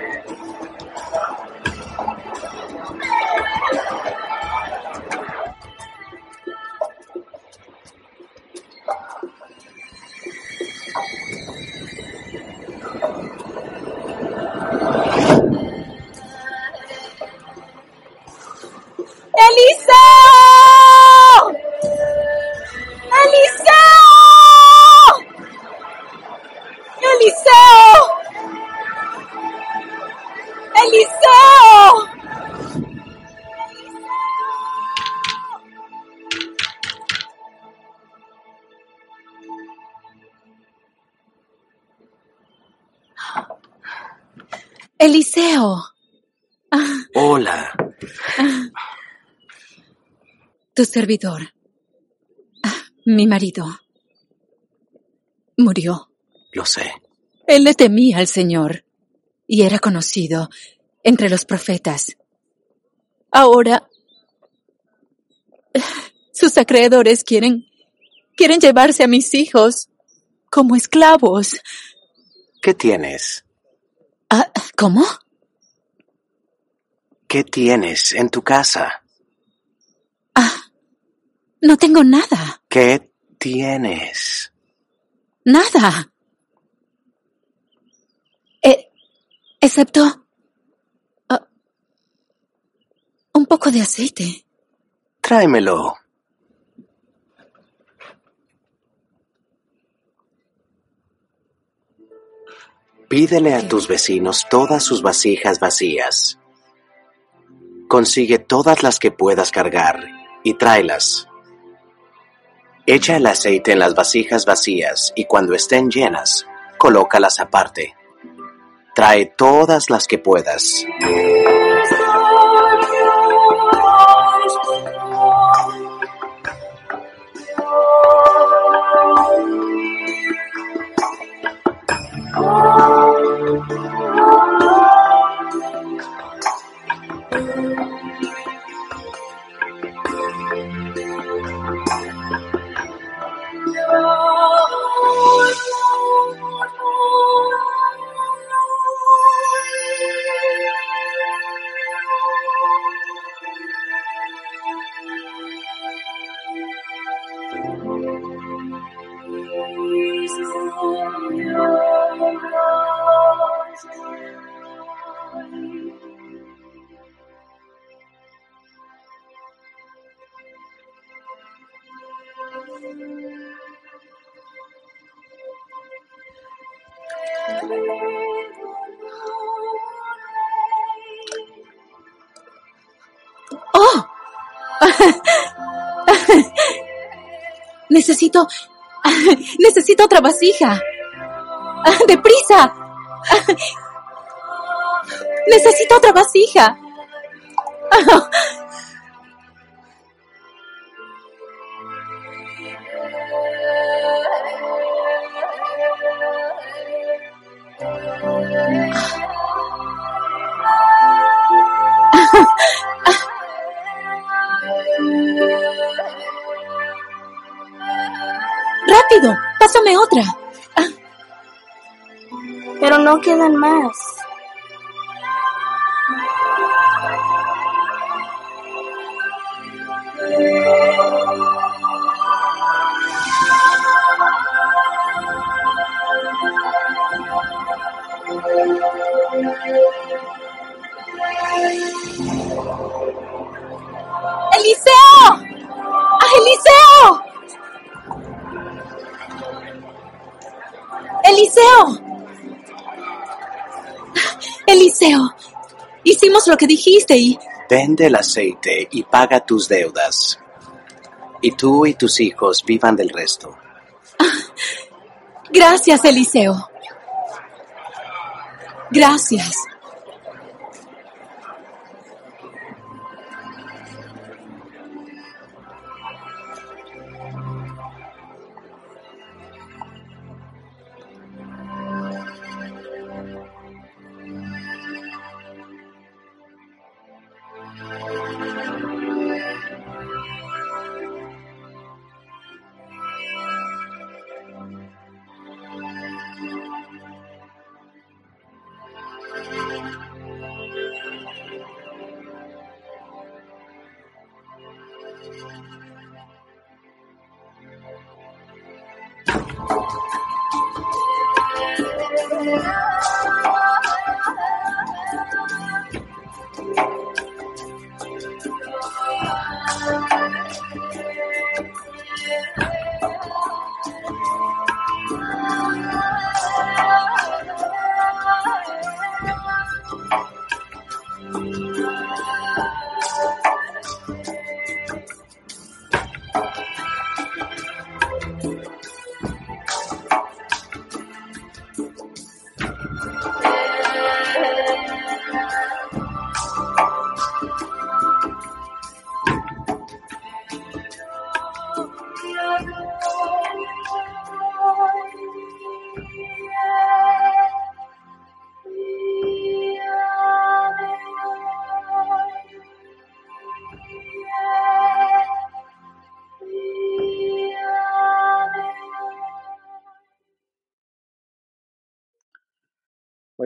Eliseo. Hola. Tu servidor. Mi marido. Murió. Lo sé. Él le temía al Señor y era conocido entre los profetas. Ahora, sus acreedores quieren llevarse a mis hijos. como esclavos. ¿Qué tienes? ¿Cómo? ¿Qué tienes en tu casa? No tengo nada. ¿Qué tienes? Nada. Excepto un poco de aceite. Tráemelo. Pídele a tus vecinos todas sus vasijas vacías. Consigue todas las que puedas cargar y tráelas. Echa el aceite en las vasijas vacías y cuando estén llenas, colócalas aparte. Trae todas las que puedas. Necesito otra vasija. ¡Deprisa! Necesito otra vasija. ¡Rápido! ¡Pásame otra! Pero no quedan más. ¡Eliseo! ¡Eliseo! ¡Eliseo! ¡Eliseo! Hicimos lo que dijiste y... Vende el aceite y paga tus deudas. Y tú y tus hijos vivan del resto. Gracias, Eliseo. Gracias.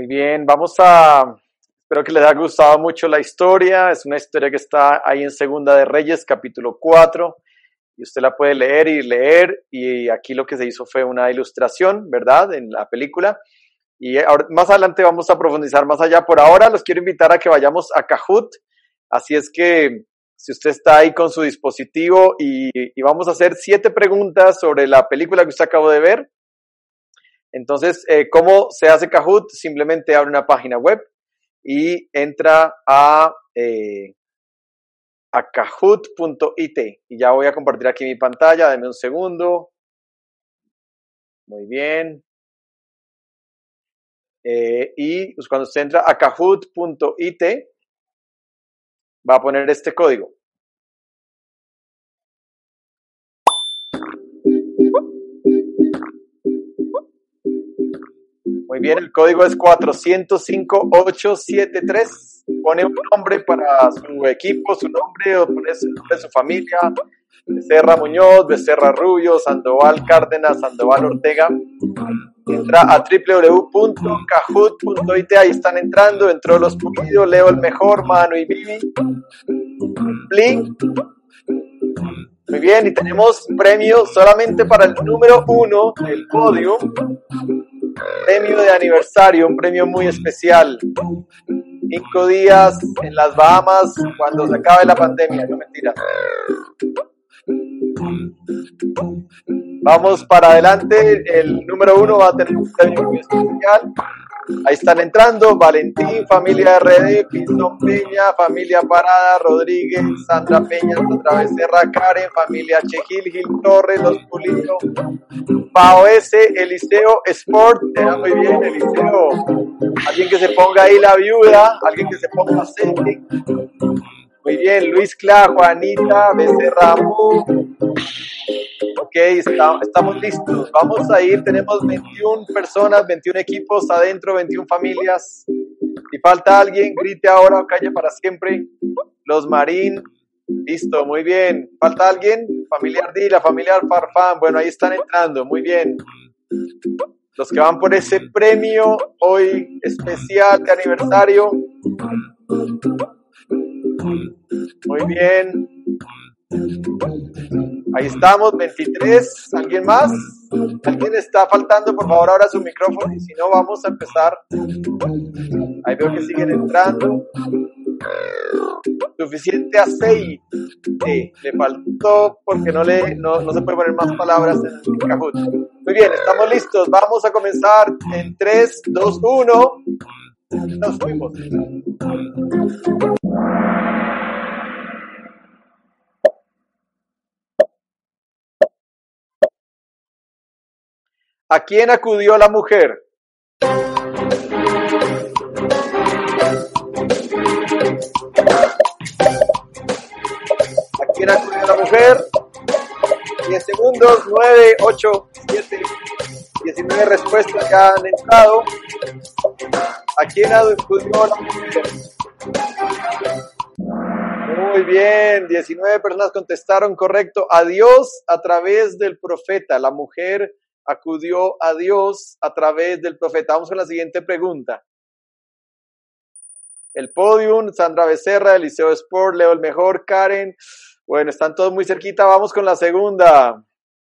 Muy bien, espero que les haya gustado mucho la historia. Es una historia que está ahí en Segunda de Reyes, capítulo 4. Y usted la puede leer y leer. Y aquí lo que se hizo fue una ilustración, ¿verdad? En la película. Y ahora, más adelante vamos a profundizar más allá. Por ahora los quiero invitar a que vayamos a Kahoot. Así es que si usted está ahí con su dispositivo y vamos a hacer 7 preguntas sobre la película que usted acabó de ver. Entonces, ¿cómo se hace Kahoot? Simplemente abre una página web y entra a kahoot.it. Y ya voy a compartir aquí mi pantalla. Deme un segundo. Muy bien. Y pues cuando usted entra a kahoot.it, va a poner este código. Muy bien, el código es 405873. Pone un nombre para su equipo, su nombre, o pone el nombre de su familia. Becerra Muñoz, Becerra Rubio, Sandoval Cárdenas, Sandoval Ortega. Entra a www.kahoot.it, ahí están entrando. Entró Los Pulidos, Leo el Mejor, Manu y Vivi. Blink. Muy bien, y tenemos premio solamente para el número 1 del podio. Premio de aniversario, un premio muy especial. 5 días en las Bahamas cuando se acabe la pandemia, no mentira. Vamos para adelante, el número 1 va a tener un premio muy especial. Ahí están entrando Valentín, familia RD, Pinzón Peña, familia Parada, Rodríguez, Sandra Peña, Sandra Becerra, Karen, familia Chegil, Gil Torres, Los Pulidos, Pao S, Eliseo Sport, muy bien Eliseo, alguien que se ponga ahí la viuda, alguien que se ponga Celtic, muy bien, Luis Cla, Juanita, Becerra Mu. Ok, estamos listos. Vamos a ir, tenemos 21 personas, 21 equipos adentro, 21 familias. Si falta alguien, grite ahora o calle para siempre. Los Marín, listo, muy bien. ¿Falta alguien? Familiar Dila, familiar Farfán. Bueno, ahí están entrando, muy bien. Los que van por ese premio hoy especial de aniversario. Muy bien. Ahí estamos, 23. ¿Alguien más? ¿Alguien está faltando? Por favor, abra su micrófono y si no, vamos a empezar. Ahí veo que siguen entrando. Suficiente aceite. Le faltó porque no se puede poner más palabras en el Kahoot. Muy bien, estamos listos. Vamos a comenzar en 3, 2, 1. Nos fuimos. ¿A quién acudió la mujer? ¿A quién acudió la mujer? 10 segundos, 9, 8, 7, 19 respuestas ya han entrado. ¿A quién acudió la mujer? Muy bien, 19 personas contestaron correcto. A Dios a través del profeta. La mujer acudió a Dios a través del profeta. Vamos con la siguiente pregunta. El podium, Sandra Becerra, Eliseo Sport, Leo el Mejor, Karen. Bueno, están todos muy cerquita. Vamos con la segunda.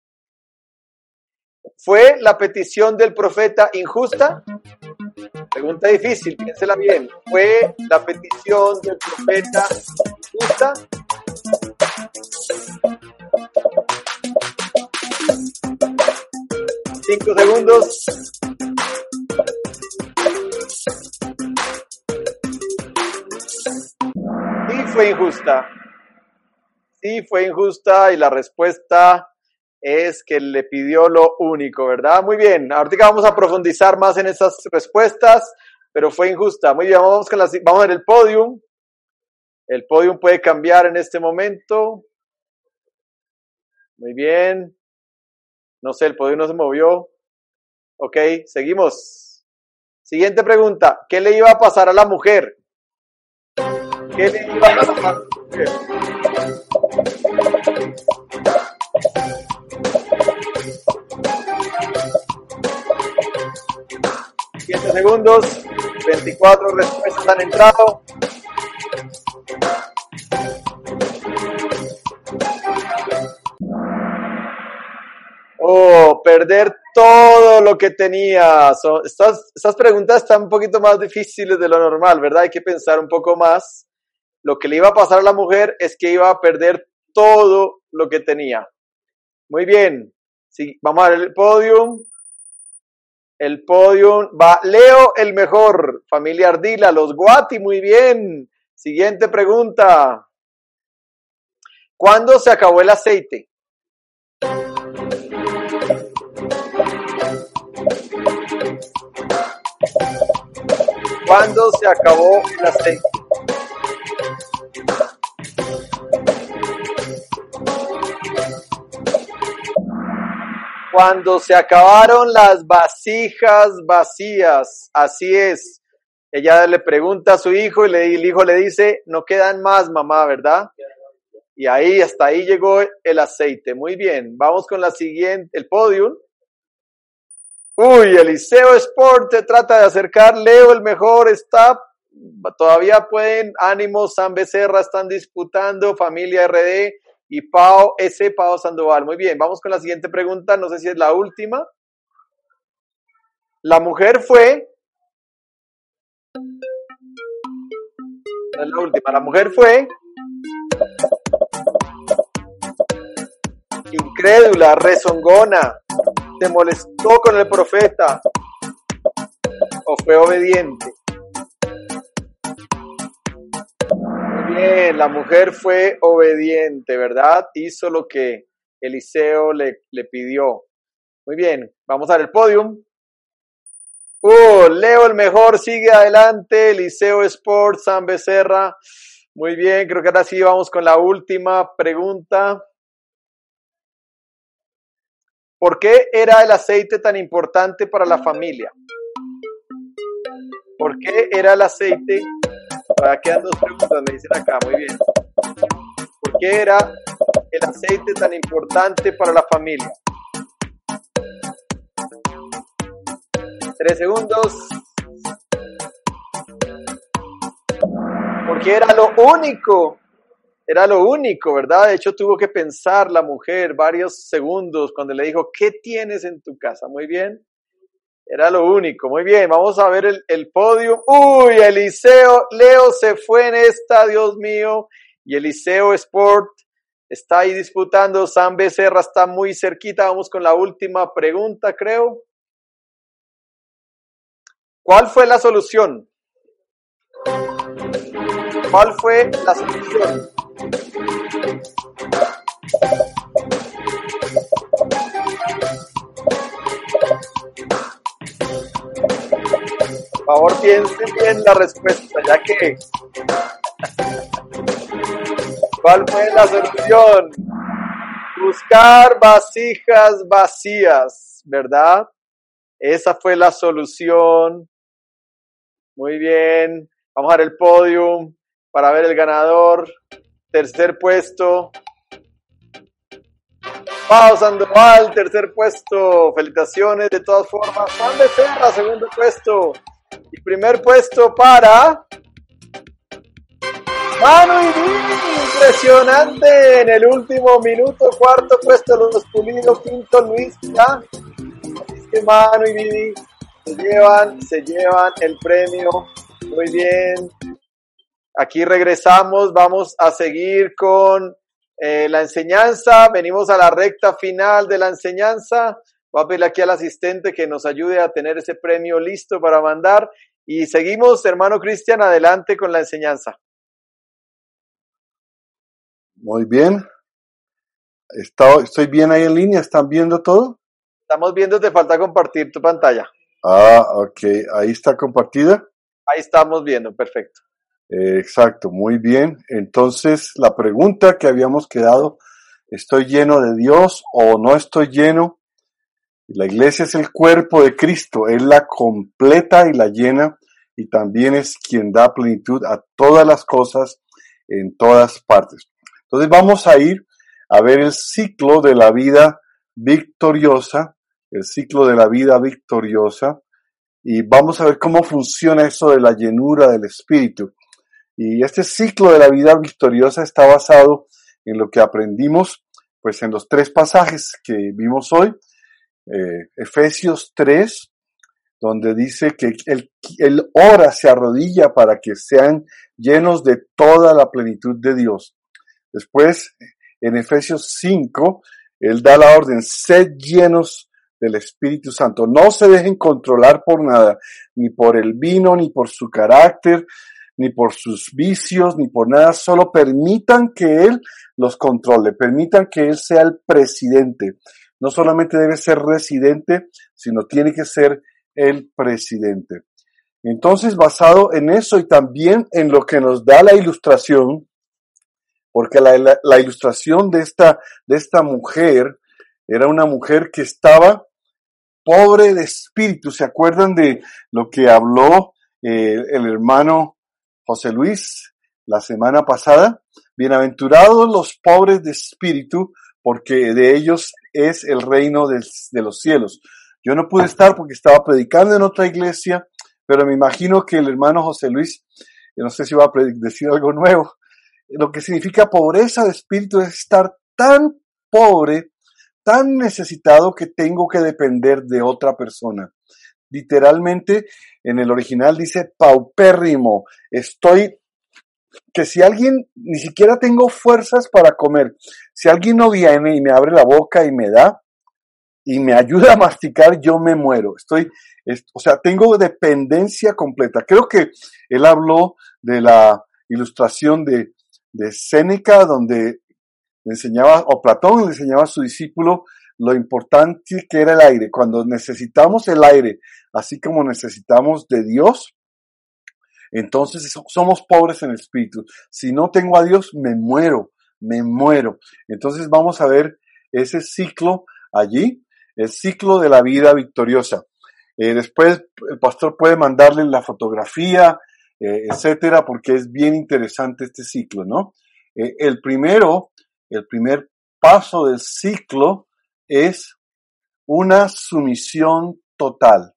¿Fue la petición del profeta injusta? Pregunta difícil, piénsela bien. ¿Fue la petición del profeta justa? Cinco segundos. Sí fue injusta. Sí fue injusta y la respuesta es que le pidió lo único, ¿verdad? Muy bien, ahorita vamos a profundizar más en esas respuestas, pero fue injusta. Muy bien, vamos a ver el podium. El podium puede cambiar en este momento. Muy bien. No sé, el podium no se movió. Ok, seguimos. Siguiente pregunta. ¿Qué le iba a pasar a la mujer? ¿Qué le iba a pasar a la mujer? 7 segundos. 24 respuestas han entrado. Oh, perder todo lo que tenía. Estas preguntas están un poquito más difíciles de lo normal, ¿verdad? Hay que pensar un poco más. Lo que le iba a pasar a la mujer es que iba a perder todo lo que tenía. Muy bien. Sí, vamos a ver el podium. El podium va Leo el mejor, familia Ardila, los Guati, muy bien. Siguiente pregunta. ¿Cuándo se acabó el aceite? ¿Cuándo se acabó el aceite? Cuando se acabaron las vasijas vacías, así es. Ella le pregunta a su hijo y el hijo le dice, no quedan más, mamá, ¿verdad? Y ahí, hasta ahí llegó el aceite. Muy bien, vamos con la siguiente, el podium. Uy, Eliseo Sport te trata de acercar, Leo el mejor está, todavía pueden, ánimo, San Becerra están disputando, familia RD y Pao Sandoval. Muy bien, vamos con la siguiente pregunta, no sé si es la última. La mujer fue, no es la última, la mujer fue incrédula, rezongona, se molestó con el profeta o fue obediente. Muy bien, la mujer fue obediente, ¿verdad? Hizo lo que Eliseo le pidió. Muy bien, vamos a ver el podium. Leo el mejor, sigue adelante, Eliseo Sport, San Becerra. Muy bien, creo que ahora sí vamos con la última pregunta. ¿Por qué era el aceite tan importante para la familia? ¿Por qué era el aceite? Ahora quedan dos preguntas, me dicen acá, muy bien. ¿Por qué era el aceite tan importante para la familia? 3 segundos. Porque era lo único, ¿verdad? De hecho, tuvo que pensar la mujer varios segundos cuando le dijo, ¿qué tienes en tu casa? Muy bien. Era lo único. Muy bien, vamos a ver el podio. Uy, Leo se fue en esta, Dios mío. Y Eliseo Sport está ahí disputando. San Becerra está muy cerquita. Vamos con la última pregunta, creo. ¿Cuál fue la solución? ¿Cuál fue la solución? Por favor, piensen bien la respuesta, ya que... ¿Cuál fue la solución? Buscar vasijas vacías, ¿verdad? Esa fue la solución. Muy bien. Vamos a ver el podium para ver el ganador. Tercer puesto. Pao Sandoval, tercer puesto. Felicitaciones de todas formas. San Becerra, segundo puesto. Y primer puesto para Manu y Dini. Impresionante. En el último minuto, cuarto puesto Los Pulidos, quinto Luis. Ya. Es que Manu y Dini se llevan el premio. Muy bien. Aquí regresamos. Vamos a seguir con la enseñanza. Venimos a la recta final de la enseñanza. Voy a pedirle aquí al asistente que nos ayude a tener ese premio listo para mandar. Y seguimos, hermano Cristian, adelante con la enseñanza. Muy bien. Estoy bien ahí en línea. ¿Están viendo todo? Estamos viendo, te falta compartir tu pantalla. Ok. Ahí está compartida. Ahí estamos viendo, perfecto. Exacto, muy bien. Entonces, la pregunta que habíamos quedado, ¿estoy lleno de Dios o no estoy lleno? La iglesia es el cuerpo de Cristo, Él la completa y la llena y también es quien da plenitud a todas las cosas en todas partes. Entonces vamos a ir a ver el ciclo de la vida victoriosa, y vamos a ver cómo funciona eso de la llenura del Espíritu. Y este ciclo de la vida victoriosa está basado en lo que aprendimos pues en los 3 pasajes que vimos hoy. Efesios 3, donde dice que él ora, se arrodilla para que sean llenos de toda la plenitud de Dios. Después, en Efesios 5, él da la orden: sed llenos del Espíritu Santo. No se dejen controlar por nada, ni por el vino, ni por su carácter, ni por sus vicios, ni por nada. Solo permitan que Él los controle, permitan que Él sea el presidente. No solamente debe ser residente, sino tiene que ser el presidente. Entonces, basado en eso y también en lo que nos da la ilustración, porque la ilustración de esta mujer era una mujer que estaba pobre de espíritu. ¿Se acuerdan de lo que habló el hermano José Luis la semana pasada? Bienaventurados los pobres de espíritu, porque de ellos es el reino de los cielos. Yo no pude estar porque estaba predicando en otra iglesia, pero me imagino que el hermano José Luis, no sé si va a decir algo nuevo. Lo que significa pobreza de espíritu es estar tan pobre, tan necesitado que tengo que depender de otra persona. Literalmente, en el original dice paupérrimo. Que si alguien, ni siquiera tengo fuerzas para comer, si alguien no viene y me abre la boca y me da, y me ayuda a masticar, yo me muero. Tengo dependencia completa. Creo que él habló de la ilustración de Séneca, donde le enseñaba, o Platón le enseñaba a su discípulo lo importante que era el aire. Cuando necesitamos el aire, así como necesitamos de Dios, entonces somos pobres en el espíritu. Si no tengo a Dios, me muero. Entonces vamos a ver ese ciclo allí, el ciclo de la vida victoriosa. Después el pastor puede mandarle la fotografía, etcétera, porque es bien interesante este ciclo, ¿no? El primer paso del ciclo es una sumisión total.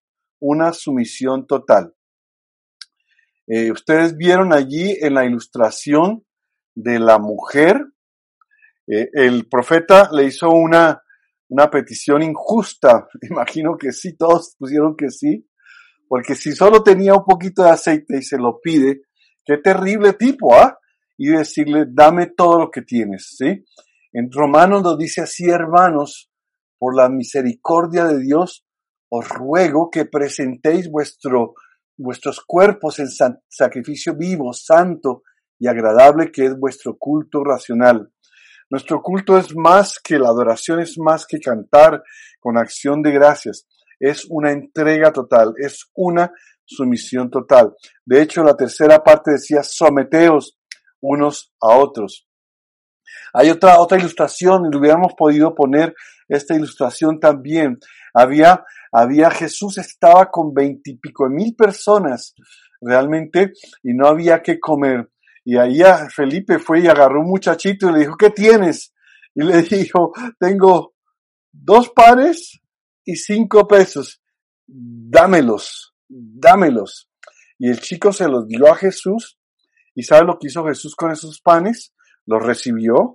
Ustedes vieron allí en la ilustración de la mujer, el profeta le hizo una petición injusta. Imagino que sí, todos pusieron que sí, porque si solo tenía un poquito de aceite y se lo pide, qué terrible tipo, ¿ah? Y decirle, dame todo lo que tienes, ¿sí? En Romanos nos dice así: hermanos, por la misericordia de Dios, os ruego que presentéis vuestros cuerpos en sacrificio vivo, santo y agradable, que es vuestro culto racional. Nuestro culto es más que la adoración, es más que cantar con acción de gracias. Es una entrega total, es una sumisión total. De hecho, la tercera parte decía: someteos unos a otros. Hay otra ilustración, y le hubiéramos podido poner esta ilustración también. Jesús estaba con 20 y pico mil personas realmente, y no había que comer. Y ahí Felipe fue y agarró un muchachito y le dijo: ¿qué tienes? Y le dijo: tengo 2 panes y 5 pesos. Dámelos. Y el chico se los dio a Jesús. ¿Y sabe lo que hizo Jesús con esos panes? Los recibió,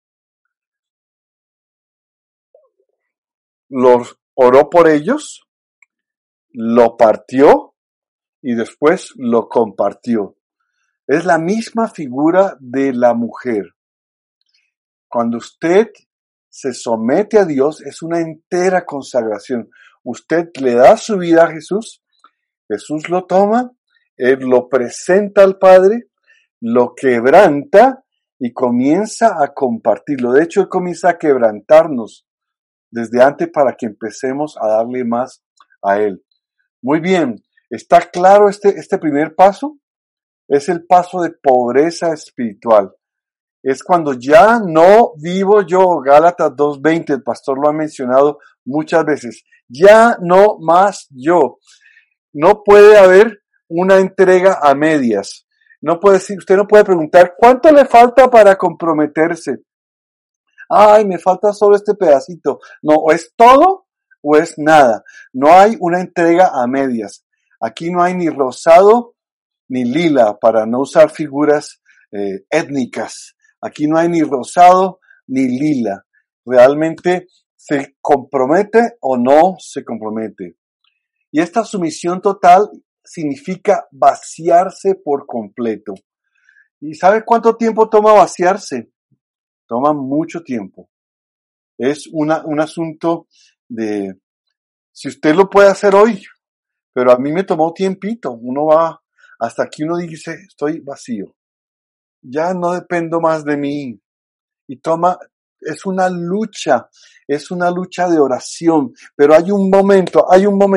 los oró por ellos, lo partió y después lo compartió. Es la misma figura de la mujer. Cuando usted se somete a Dios, es una entera consagración. Usted le da su vida a Jesús, Jesús lo toma, Él lo presenta al Padre, lo quebranta y comienza a compartirlo. De hecho, Él comienza a quebrantarnos desde antes para que empecemos a darle más a Él. Muy bien, ¿está claro este primer paso? Es el paso de pobreza espiritual. Es cuando ya no vivo yo, Gálatas 2:20, el pastor lo ha mencionado muchas veces. Ya no más yo. No puede haber una entrega a medias. Usted no puede preguntar, ¿cuánto le falta para comprometerse? Ay, me falta solo este pedacito. No, o es todo o es nada. No hay una entrega a medias. Aquí no hay ni rosado ni lila, para no usar figuras étnicas. Aquí no hay ni rosado ni lila. Realmente se compromete o no se compromete. Y esta sumisión total significa vaciarse por completo. ¿Y sabe cuánto tiempo toma vaciarse? Toma mucho tiempo. Es un asunto de, si usted lo puede hacer hoy, pero a mí me tomó tiempito. Uno va hasta aquí, uno dice, estoy vacío. Ya no dependo más de mí. Y es una lucha de oración. Pero hay un momento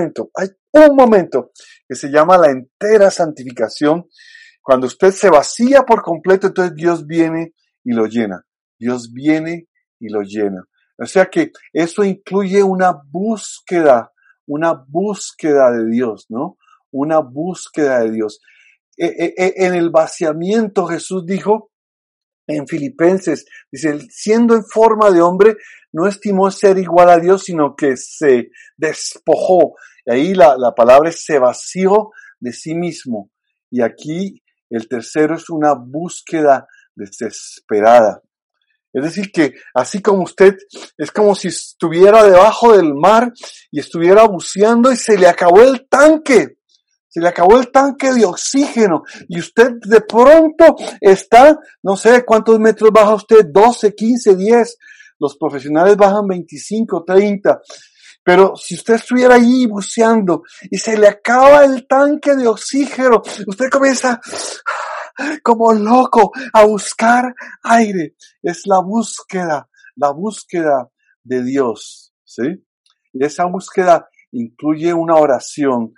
que se llama la entera santificación. Cuando usted se vacía por completo, entonces Dios viene y lo llena. Dios viene y lo llena. O sea que eso incluye una búsqueda de Dios, ¿no? Una búsqueda de Dios. En el vaciamiento Jesús dijo en Filipenses, dice, siendo en forma de hombre, no estimó ser igual a Dios, sino que se despojó. Y ahí la palabra es se vació de sí mismo. Y aquí el tercero es una búsqueda desesperada. Es decir, que así como usted, es como si estuviera debajo del mar y estuviera buceando y se le acabó el tanque de oxígeno y usted de pronto está, no sé cuántos metros baja usted, 12, 15, 10, los profesionales bajan 25, 30, pero si usted estuviera allí buceando y se le acaba el tanque de oxígeno, usted comienza como loco a buscar aire. Es la búsqueda de Dios, ¿sí? Y esa búsqueda incluye una oración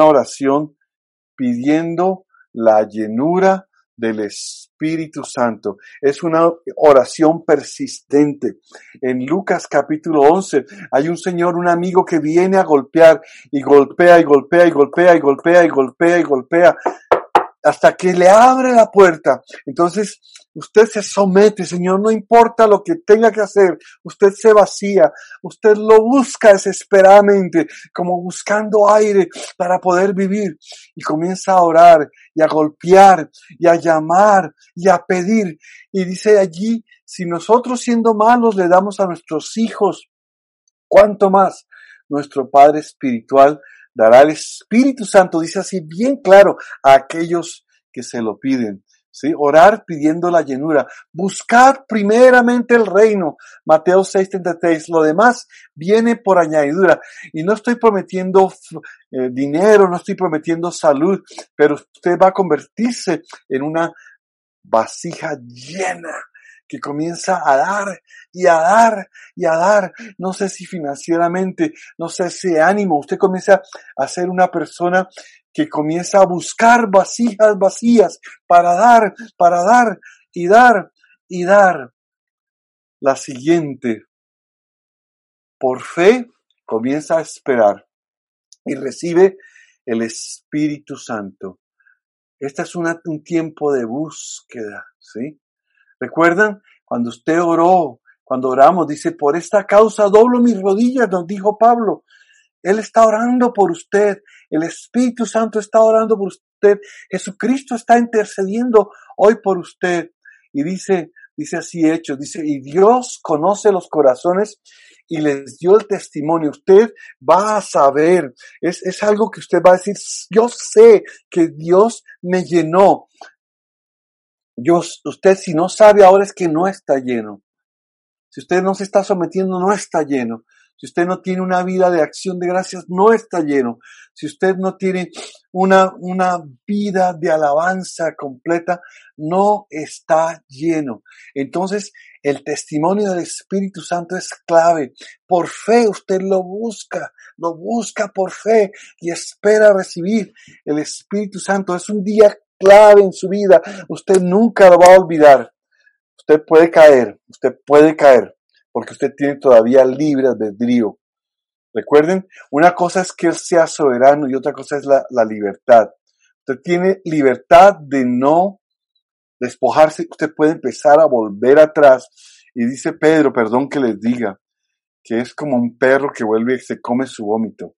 pidiendo la llenura del Espíritu Santo. Es una oración persistente. En Lucas capítulo 11 hay un amigo que viene a golpear y golpea y golpea y golpea y golpea y golpea y golpea hasta que le abre la puerta. Entonces usted se somete, Señor, no importa lo que tenga que hacer, usted se vacía, usted lo busca desesperadamente, como buscando aire para poder vivir, y comienza a orar y a golpear y a llamar y a pedir. Y dice allí, si nosotros siendo malos le damos a nuestros hijos, ¿cuánto más nuestro Padre Espiritual dará el Espíritu Santo? Dice así bien claro, a aquellos que se lo piden. ¿Sí? Orar pidiendo la llenura. Buscad primeramente el reino. Mateo 6:33. Lo demás viene por añadidura. Y no estoy prometiendo dinero, no estoy prometiendo salud, pero usted va a convertirse en una vasija llena que comienza a dar y a dar y a dar, no sé si financieramente, no sé si ánimo, usted comienza a ser una persona que comienza a buscar vasijas vacías para dar y dar y dar. La siguiente, por fe, comienza a esperar y recibe el Espíritu Santo. Este es un tiempo de búsqueda, ¿sí? ¿Recuerdan? Cuando usted oró, cuando oramos, dice, por esta causa doblo mis rodillas, nos dijo Pablo. Él está orando por usted. El Espíritu Santo está orando por usted. Jesucristo está intercediendo hoy por usted. Y dice así Hechos, dice, y Dios conoce los corazones y les dio el testimonio. Usted va a saber, es algo que usted va a decir, yo sé que Dios me llenó. Usted si no sabe ahora es que no está lleno. Si usted no se está sometiendo, no está lleno. Si usted no tiene una vida de acción de gracias, no está lleno. Si usted no tiene una vida de alabanza completa, no está lleno. Entonces, el testimonio del Espíritu Santo es clave. Por fe usted lo busca por fe y espera recibir el Espíritu Santo. Es un día clave en su vida. Usted nunca lo va a olvidar. Usted puede caer, porque usted tiene todavía libre albedrío. Recuerden, una cosa es que Él sea soberano y otra cosa es la libertad. Usted tiene libertad de no despojarse. Usted puede empezar a volver atrás. Y dice Pedro, perdón que les diga, que es como un perro que vuelve y se come su vómito.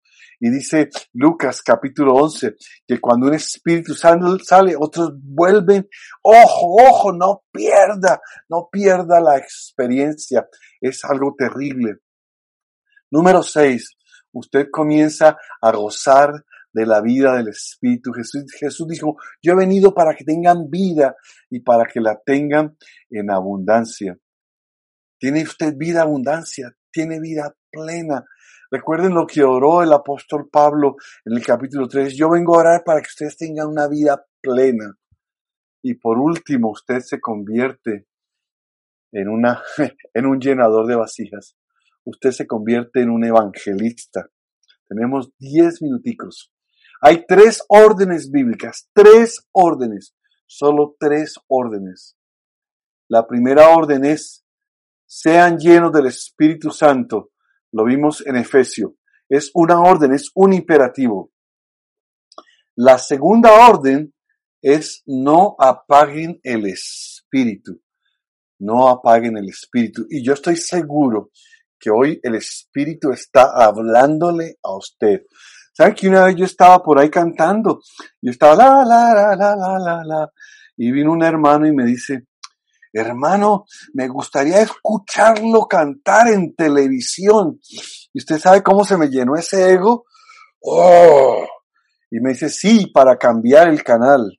Y dice Lucas capítulo 11, que cuando un espíritu sale, otros vuelven. Ojo, no pierda la experiencia. Es algo terrible. Número 6, usted comienza a gozar de la vida del Espíritu. Jesús dijo, yo he venido para que tengan vida y para que la tengan en abundancia. ¿Tiene usted vida abundancia? ¿Tiene vida plena? Recuerden lo que oró el apóstol Pablo en el capítulo 3. Yo vengo a orar para que ustedes tengan una vida plena. Y por último, usted se convierte en un llenador de vasijas. Usted se convierte en un evangelista. Tenemos 10 minuticos. Hay 3 órdenes bíblicas, 3 órdenes, solo 3 órdenes. La primera orden es, sean llenos del Espíritu Santo. Lo vimos en Efesios. Es una orden, es un imperativo. La segunda orden es, no apaguen el Espíritu. No apaguen el Espíritu. Y yo estoy seguro que hoy el Espíritu está hablándole a usted. ¿Sabe que una vez yo estaba por ahí cantando? Yo estaba la, y vino un hermano y me dice, hermano, me gustaría escucharlo cantar en televisión. ¿Y usted sabe cómo se me llenó ese ego? ¡Oh! Y me dice, sí, para cambiar el canal.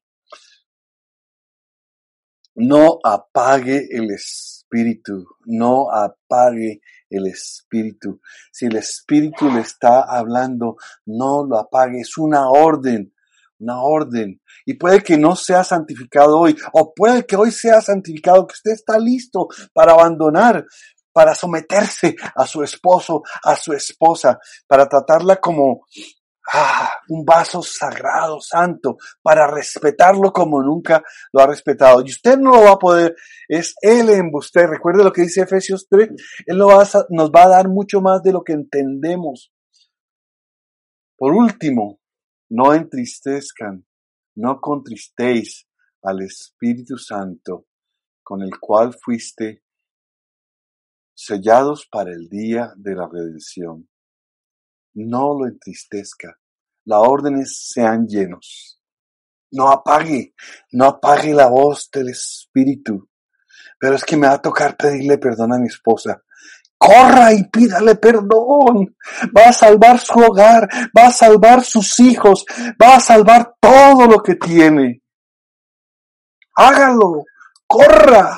No apague el Espíritu, no apague el Espíritu. Si el Espíritu le está hablando, no lo apague. Es una orden. Y puede que no sea santificado hoy, o puede que hoy sea santificado, que usted está listo para abandonar, para someterse a su esposo, a su esposa, para tratarla como un vaso sagrado, santo, para respetarlo como nunca lo ha respetado. Y usted no lo va a poder, es Él en usted. Recuerde lo que dice Efesios 3, Él nos va a dar mucho más de lo que entendemos. Por último, no entristezcan, no contristéis al Espíritu Santo, con el cual fuiste sellados para el día de la redención. No lo entristezca. La orden es, sean llenos. No apague la voz del Espíritu. Pero es que me va a tocar pedirle perdón a mi esposa. Corra y pídale perdón. Va a salvar su hogar, va a salvar sus hijos, va a salvar todo lo que tiene. Hágalo. Corra.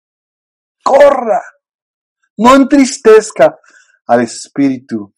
No entristezca al Espíritu.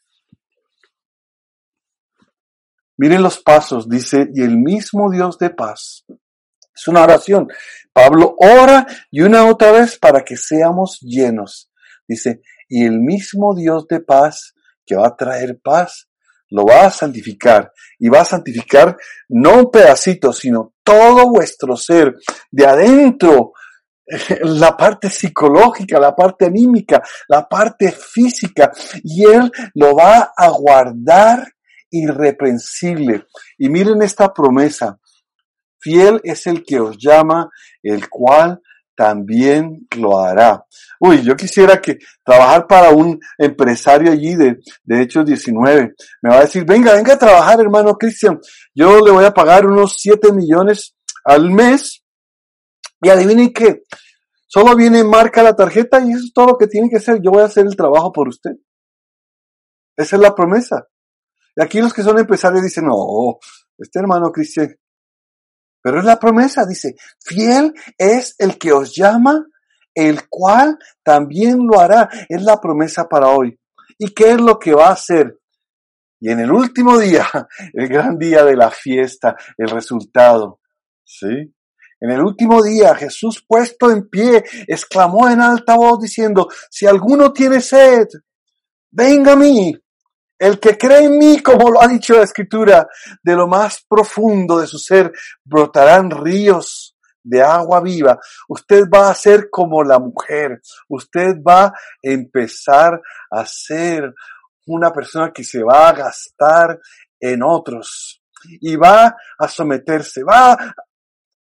Miren los pasos, dice, y el mismo Dios de paz. Es una oración. Pablo ora y una otra vez para que seamos llenos. Dice, y el mismo Dios de paz que va a traer paz, lo va a santificar. Y va a santificar no un pedacito, sino todo vuestro ser, de adentro, la parte psicológica, la parte anímica, la parte física. Y Él lo va a guardar irreprensible. Y miren esta promesa. Fiel es el que os llama, el cual también lo hará. Yo quisiera que trabajar para un empresario allí de Hechos 19. Me va a decir, venga a trabajar, hermano Cristian. Yo le voy a pagar unos 7 millones al mes. Y adivinen qué. Solo viene, marca la tarjeta y eso es todo lo que tiene que hacer. Yo voy a hacer el trabajo por usted. Esa es la promesa. Y aquí los que son empresarios dicen, no, este hermano Cristian. Pero es la promesa, dice, fiel es el que os llama, el cual también lo hará. Es la promesa para hoy. ¿Y qué es lo que va a hacer? Y en el último día, el gran día de la fiesta, el resultado. ¿Sí? En el último día, Jesús puesto en pie, exclamó en alta voz diciendo, si alguno tiene sed, venga a mí. El que cree en mí, como lo ha dicho la Escritura, de lo más profundo de su ser brotarán ríos de agua viva. Usted va a ser como la mujer. Usted va a empezar a ser una persona que se va a gastar en otros y va a someterse, va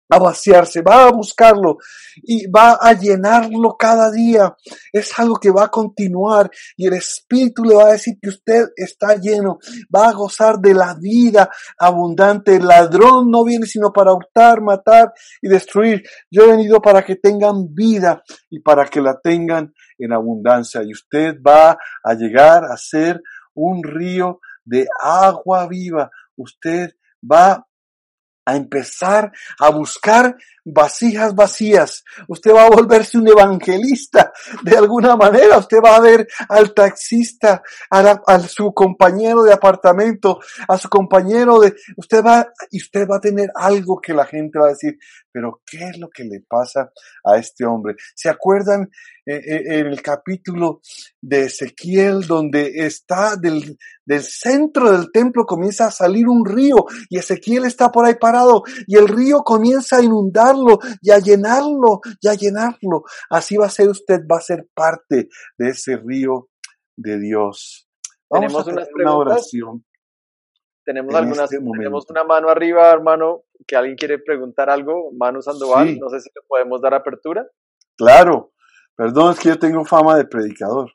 a vaciarse, va a buscarlo y va a llenarlo cada día. Es algo que va a continuar y el Espíritu le va a decir que usted está lleno, va a gozar de la vida abundante. El ladrón no viene sino para hurtar, matar y destruir. Yo he venido para que tengan vida y para que la tengan en abundancia. Y usted va a llegar a ser un río de agua viva. Usted va a empezar a buscar vasijas vacías. Usted va a volverse un evangelista de alguna manera. Usted va a ver al taxista, a su compañero de apartamento, a su compañero usted va a tener algo que la gente va a decir, pero ¿qué es lo que le pasa a este hombre? ¿Se acuerdan en el capítulo de Ezequiel donde está del centro del templo comienza a salir un río y Ezequiel está por ahí parado y el río comienza a inundarlo y a llenarlo y a llenarlo? Así va a ser usted, va a ser parte de ese río de Dios. Vamos a tener una oración. Tenemos tenemos una mano arriba, hermano, que alguien quiere preguntar algo, Manu Sandoval, sí. No sé si le podemos dar apertura. Claro, perdón, es que yo tengo fama de predicador.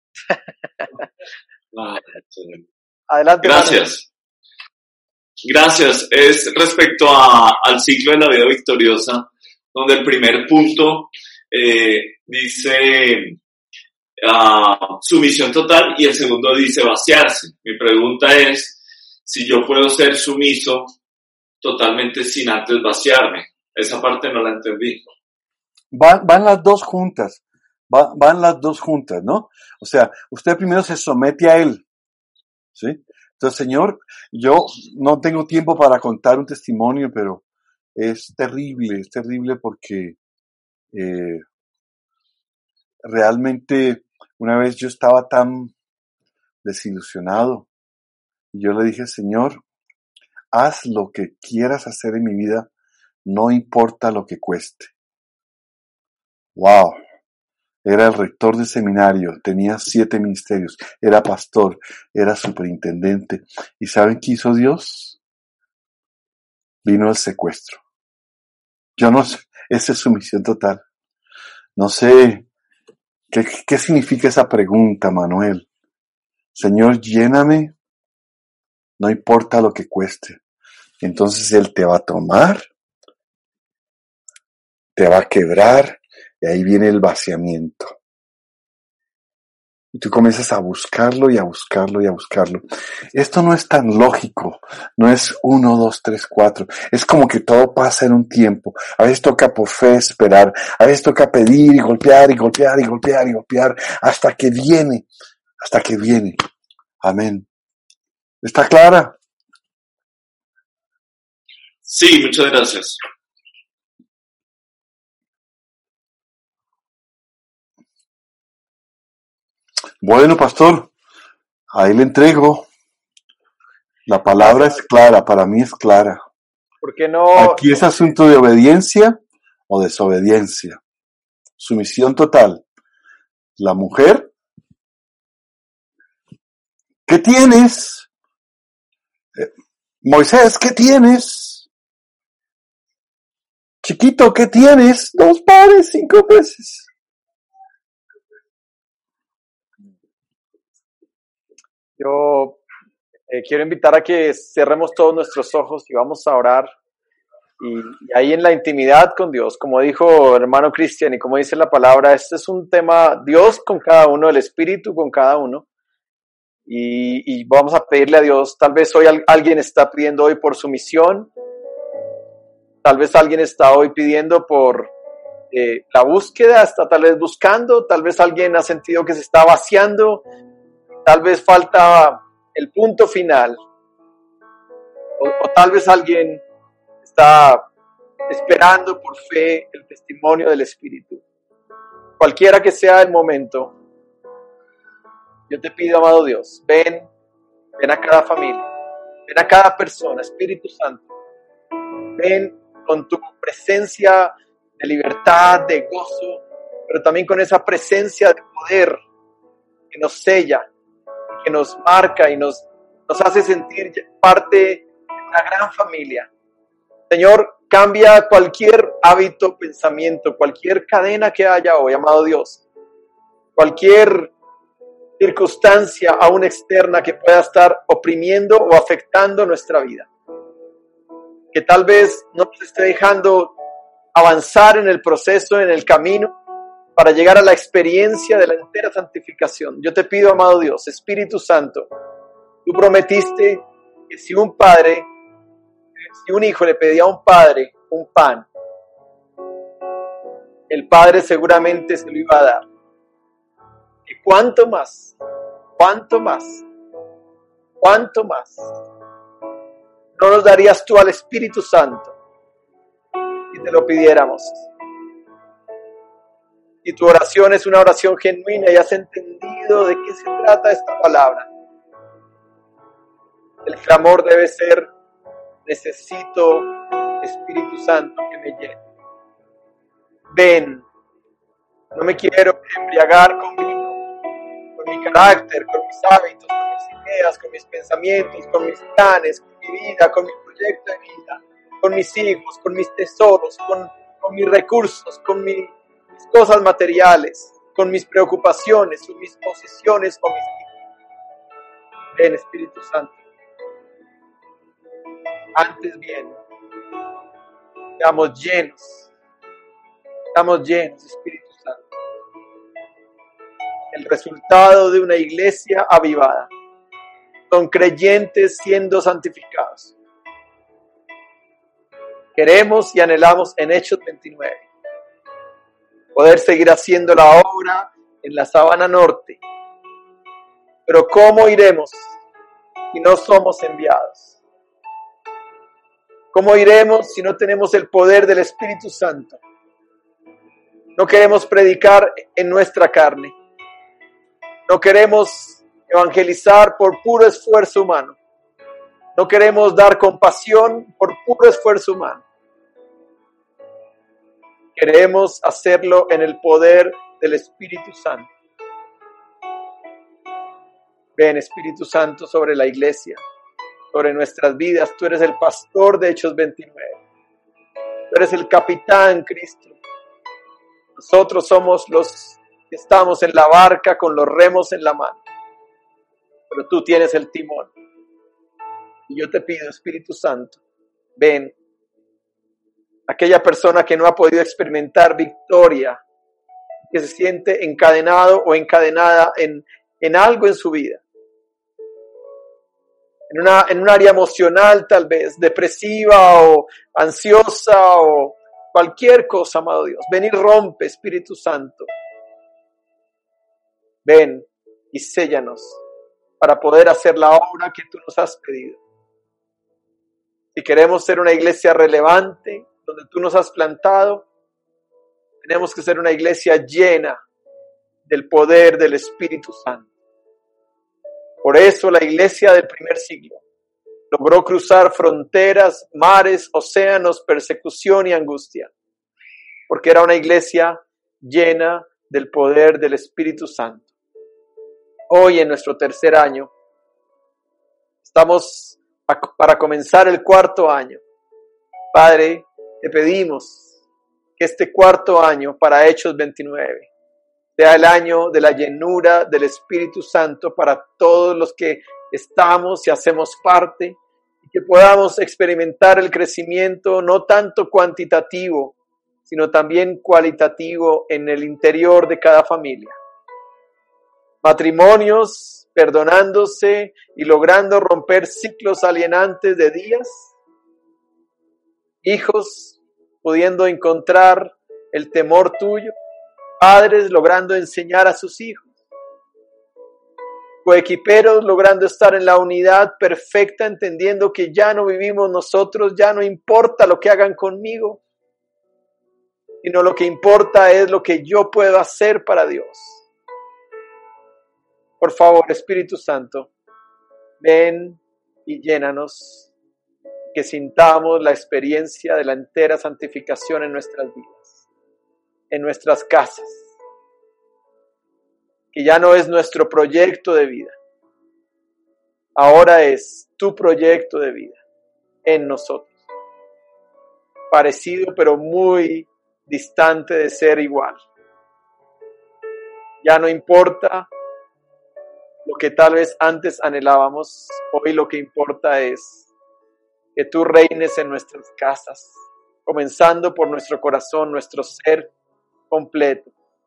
Adelante. Gracias. Gracias. Es respecto al ciclo de la vida victoriosa, donde el primer punto dice sumisión total y el segundo dice vaciarse. Mi pregunta es si yo puedo ser sumiso totalmente sin antes vaciarme. Esa parte no la entendí. Van las dos juntas. Van las dos juntas, ¿no? O sea, usted primero se somete a Él, ¿sí? Entonces, Señor, yo no tengo tiempo para contar un testimonio, pero es terrible porque realmente una vez yo estaba tan desilusionado y yo le dije, Señor, haz lo que quieras hacer en mi vida, no importa lo que cueste. ¡Wow! Era el rector de seminario, tenía 7 ministerios, era pastor, era superintendente. ¿Y saben qué hizo Dios? Vino el secuestro. Yo no sé, esa es sumisión total. No sé, ¿qué significa esa pregunta, Manuel? Señor, lléname, no importa lo que cueste. Entonces Él te va a tomar, te va a quebrar, y ahí viene el vaciamiento. Y tú comienzas a buscarlo y a buscarlo y a buscarlo. Esto no es tan lógico. No es 1, 2, 3, 4. Es como que todo pasa en un tiempo. A veces toca por fe esperar. A veces toca pedir y golpear y golpear y golpear y golpear hasta que viene. Hasta que viene. Amén. ¿Está clara? Sí, muchas gracias. Bueno, pastor, ahí le entrego. La palabra es clara, para mí es clara. ¿Por qué no? Aquí es asunto de obediencia o desobediencia. Sumisión total. La mujer, ¿qué tienes? Moisés, ¿qué tienes? Chiquito, ¿qué tienes? 2 pares, 5 veces. Yo quiero invitar a que cerremos todos nuestros ojos y vamos a orar. Y ahí en la intimidad con Dios, como dijo el hermano Cristian y como dice la palabra, este es un tema, Dios con cada uno, el Espíritu con cada uno. Y vamos a pedirle a Dios, tal vez hoy alguien está pidiendo hoy por sumisión, tal vez alguien está hoy pidiendo por la búsqueda, está tal vez buscando, tal vez alguien ha sentido que se está vaciando, tal vez falta el punto final, o tal vez alguien está esperando por fe el testimonio del Espíritu. Cualquiera que sea el momento, yo te pido, amado Dios, ven a cada familia, ven a cada persona, Espíritu Santo, ven con tu presencia de libertad, de gozo, pero también con esa presencia de poder que nos sella, que nos marca y nos hace sentir parte de una gran familia. Señor, cambia cualquier hábito, pensamiento, cualquier cadena que haya hoy, amado Dios. Cualquier circunstancia aún externa que pueda estar oprimiendo o afectando nuestra vida. Que tal vez no nos esté dejando avanzar en el proceso, en el camino, para llegar a la experiencia de la entera santificación. Yo te pido, amado Dios, Espíritu Santo, tú prometiste que si un hijo le pedía a un padre un pan, el padre seguramente se lo iba a dar. Y cuánto más no nos darías tú al Espíritu Santo si te lo pidiéramos. Si tu oración es una oración genuina y has entendido de qué se trata esta palabra, el clamor debe ser: necesito Espíritu Santo que me llene. Ven, no me quiero embriagar con mi carácter, con mis hábitos, con mis ideas, con mis pensamientos, con mis planes, con mi vida, con mi proyecto de vida, con mis hijos, con mis tesoros, con mis recursos, con mis cosas materiales, con mis preocupaciones, con mis posesiones o mis hijos. Ven, Espíritu Santo. Antes bien, estamos llenos, Espíritu Santo. El resultado de una iglesia avivada son creyentes siendo santificados. Queremos y anhelamos en Hechos 29 poder seguir haciendo la obra en la Sabana Norte. Pero ¿cómo iremos si no somos enviados? ¿Cómo iremos si no tenemos el poder del Espíritu Santo? No queremos predicar en nuestra carne. No queremos evangelizar por puro esfuerzo humano. No queremos dar compasión por puro esfuerzo humano. Queremos hacerlo en el poder del Espíritu Santo. Ven, Espíritu Santo, sobre la iglesia, sobre nuestras vidas. Tú eres el pastor de Hechos 29. Tú eres el capitán, Cristo. Nosotros somos los que estamos en la barca con los remos en la mano. Pero tú tienes el timón. Y yo te pido, Espíritu Santo, ven. Aquella persona que no ha podido experimentar victoria, que se siente encadenado o encadenada en algo en su vida. En un área emocional tal vez, depresiva o ansiosa o cualquier cosa, amado Dios. Ven y rompe, Espíritu Santo. Ven y séllanos para poder hacer la obra que tú nos has pedido. Si queremos ser una iglesia relevante, donde tú nos has plantado, tenemos que ser una iglesia llena del poder del Espíritu Santo. Por eso la iglesia del primer siglo logró cruzar fronteras, mares, océanos, persecución y angustia, porque era una iglesia llena del poder del Espíritu Santo. Hoy, en nuestro tercer año, estamos para comenzar el cuarto año. Padre, te pedimos que este cuarto año para Hechos 29 sea el año de la llenura del Espíritu Santo para todos los que estamos y hacemos parte, y que podamos experimentar el crecimiento no tanto cuantitativo, sino también cualitativo en el interior de cada familia. Matrimonios perdonándose y logrando romper ciclos alienantes de días. Hijos pudiendo encontrar el temor tuyo. Padres logrando enseñar a sus hijos. Coequiperos logrando estar en la unidad perfecta, entendiendo que ya no vivimos nosotros, ya no importa lo que hagan conmigo, sino lo que importa es lo que yo puedo hacer para Dios. Por favor, Espíritu Santo, ven y llénanos, que sintamos la experiencia de la entera santificación en nuestras vidas, en nuestras casas, que ya no es nuestro proyecto de vida, ahora es tu proyecto de vida en nosotros. parecido, pero muy distante de ser igual. Ya no importa lo que tal vez antes anhelábamos, hoy lo que importa es que tú reines en nuestras casas, comenzando por nuestro corazón, nuestro ser completo,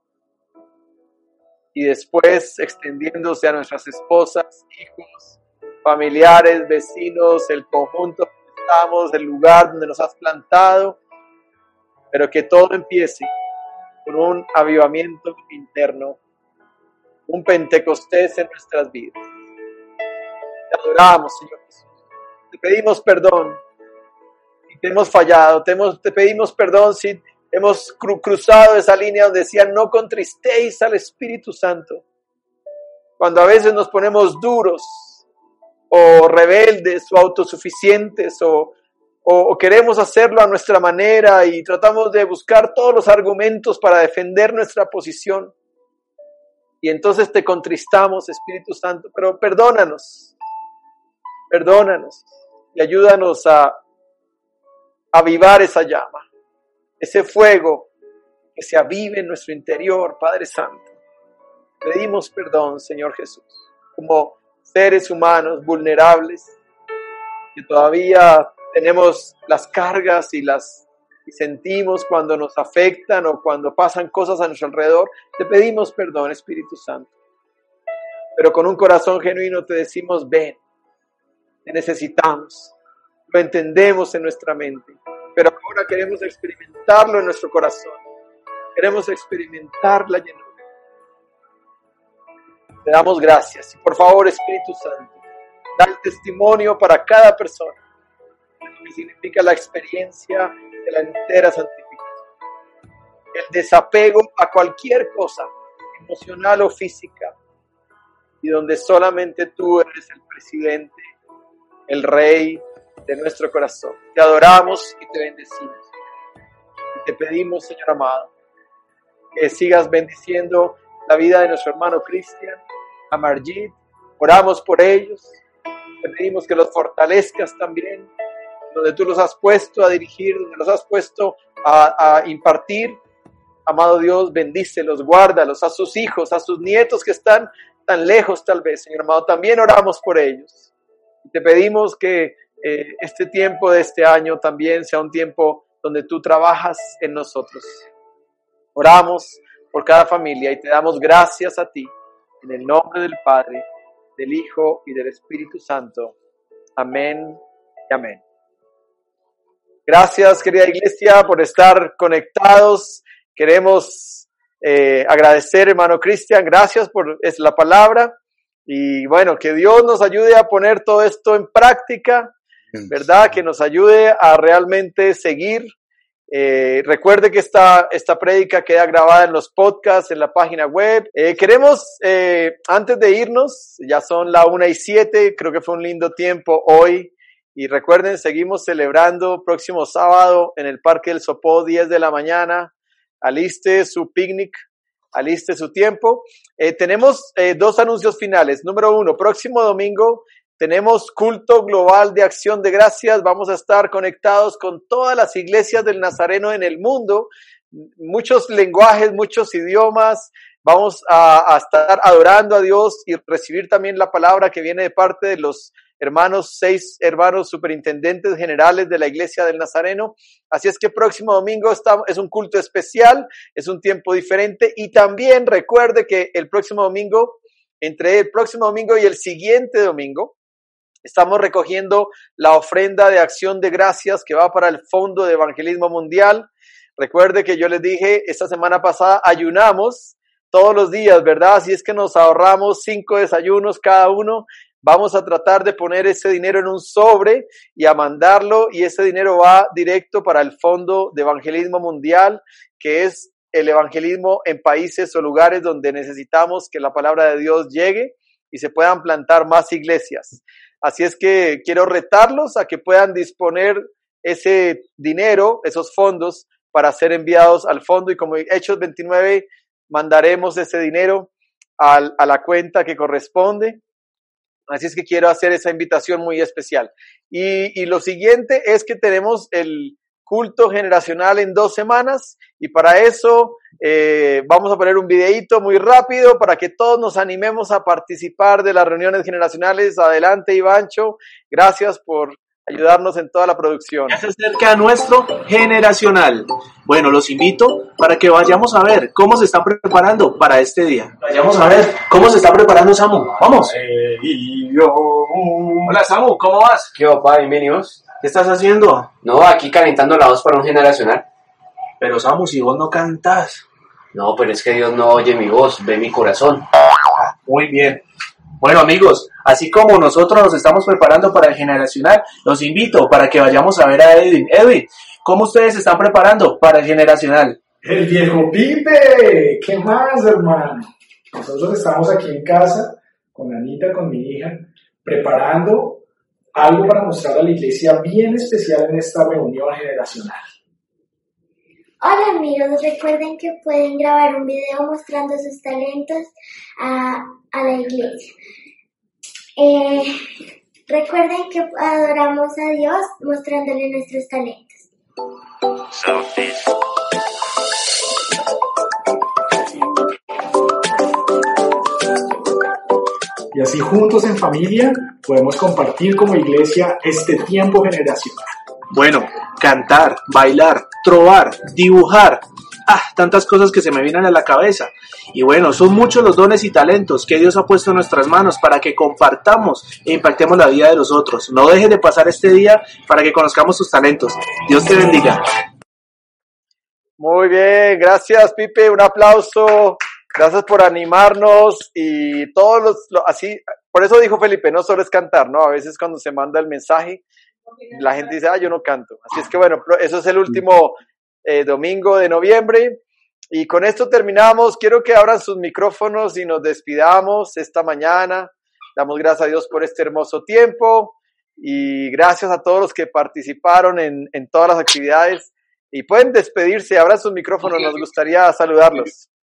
y después extendiéndose a nuestras esposas, hijos, familiares, vecinos, el conjunto donde estamos, el lugar donde nos has plantado, pero que todo empiece con un avivamiento interno, un Pentecostés en nuestras vidas. Te adoramos, Señor Jesús. Te pedimos perdón si te hemos fallado. Te pedimos perdón si hemos cruzado esa línea donde decían no contristéis al Espíritu Santo. Cuando a veces nos ponemos duros o rebeldes o autosuficientes o queremos hacerlo a nuestra manera y tratamos de buscar todos los argumentos para defender nuestra posición. Y entonces te contristamos, Espíritu Santo, pero perdónanos y ayúdanos a avivar esa llama, ese fuego que se avive en nuestro interior, Padre Santo. Pedimos perdón, Señor Jesús, como seres humanos vulnerables, que todavía tenemos las cargas y sentimos cuando nos afectan o cuando pasan cosas a nuestro alrededor. Te pedimos perdón, Espíritu Santo. Pero con un corazón genuino te decimos, ven, te necesitamos. Lo entendemos en nuestra mente, pero ahora queremos experimentarlo en nuestro corazón. Queremos experimentar la llenura. Te damos gracias. Y por favor, Espíritu Santo, da el testimonio para cada persona de lo que significa la experiencia de la entera santificación. El desapego a cualquier cosa, emocional o física, y donde solamente tú eres el presidente, el rey de nuestro corazón. Te adoramos y te bendecimos. Y te pedimos, Señor amado, que sigas bendiciendo la vida de nuestro hermano Cristian, a Margit. Oramos por ellos. Te pedimos que los fortalezcas también, donde tú los has puesto a dirigir, donde los has puesto a impartir. Amado Dios, bendícelos, guárdalos, a sus hijos, a sus nietos que están tan lejos tal vez, Señor amado. También oramos por ellos. Y te pedimos que este tiempo de este año también sea un tiempo donde tú trabajas en nosotros. Oramos por cada familia y te damos gracias a ti, en el nombre del Padre, del Hijo y del Espíritu Santo. Amén y amén. Gracias, querida iglesia, por estar conectados. Queremos agradecer, hermano Cristian, gracias por la palabra. Y bueno, que Dios nos ayude a poner todo esto en práctica, ¿verdad? Que nos ayude a realmente seguir. Recuerde que esta prédica queda grabada en los podcasts, en la página web. Queremos, antes de irnos, ya son la 1:07, creo que fue un lindo tiempo hoy. Y recuerden, seguimos celebrando próximo sábado en el Parque del Sopó, 10 de la mañana. Aliste su picnic, aliste su tiempo. Tenemos 2 anuncios finales. Número 1, próximo domingo tenemos culto global de acción de gracias. Vamos a estar conectados con todas las iglesias del Nazareno en el mundo. Muchos lenguajes, muchos idiomas. Vamos a estar adorando a Dios y recibir también la palabra que viene de parte de los 6 hermanos superintendentes generales de la iglesia del Nazareno. Así es que próximo domingo es un culto especial, es un tiempo diferente. Y también recuerde que el próximo domingo, entre el próximo domingo y el siguiente domingo, estamos recogiendo la ofrenda de acción de gracias que va para el Fondo de Evangelismo Mundial. Recuerde que yo les dije, esta semana pasada ayunamos todos los días, ¿verdad? Así es que nos ahorramos 5 desayunos cada uno. Vamos a tratar de poner ese dinero en un sobre y a mandarlo, y ese dinero va directo para el Fondo de Evangelismo Mundial, que es el evangelismo en países o lugares donde necesitamos que la palabra de Dios llegue y se puedan plantar más iglesias. Así es que quiero retarlos a que puedan disponer ese dinero, esos fondos, para ser enviados al fondo, y como Hechos 29, mandaremos ese dinero a la cuenta que corresponde. Así es que quiero hacer esa invitación muy especial. Y lo siguiente es que tenemos culto generacional en 2 semanas, y para eso vamos a poner un videíto muy rápido para que todos nos animemos a participar de las reuniones generacionales. Adelante, Ivancho, gracias por ayudarnos en toda la producción. Ya se acerca nuestro generacional. Bueno, los invito para que vayamos a ver cómo se están preparando para este día. Vayamos a ver cómo se está preparando Samu. Vamos. Hola Samu, ¿cómo vas? ¿Qué opa? Bienvenidos. ¿Qué estás haciendo? No, aquí calentando la voz para un generacional. Pero Samu, si vos no cantas. No, pero es que Dios no oye mi voz, ve mi corazón. Muy bien. Bueno amigos, así como nosotros nos estamos preparando para el generacional, los invito para que vayamos a ver a Edwin. Edwin, ¿cómo ustedes se están preparando para el generacional? El viejo Pipe, ¿qué más, hermano? Nosotros estamos aquí en casa con Anita, con mi hija, preparando algo para mostrar a la iglesia bien especial en esta reunión generacional. Hola amigos, recuerden que pueden grabar un video mostrando sus talentos a la iglesia. Recuerden que adoramos a Dios mostrándole nuestros talentos. Y así juntos en familia podemos compartir como iglesia este tiempo generacional. Bueno, cantar, bailar, trovar, dibujar, tantas cosas que se me vienen a la cabeza. Y bueno, son muchos los dones y talentos que Dios ha puesto en nuestras manos para que compartamos e impactemos la vida de los otros. No dejes de pasar este día para que conozcamos tus talentos. Dios te bendiga. Muy bien, gracias Pipe, un aplauso. Gracias por animarnos y todos así, por eso dijo Felipe, no solo es cantar, ¿no? A veces cuando se manda el mensaje, la gente dice, yo no canto. Así es que bueno, eso es el último domingo de noviembre. Y con esto terminamos. Quiero que abran sus micrófonos y nos despidamos esta mañana. Damos gracias a Dios por este hermoso tiempo y gracias a todos los que participaron en todas las actividades. Y pueden despedirse, abran sus micrófonos, nos gustaría saludarlos.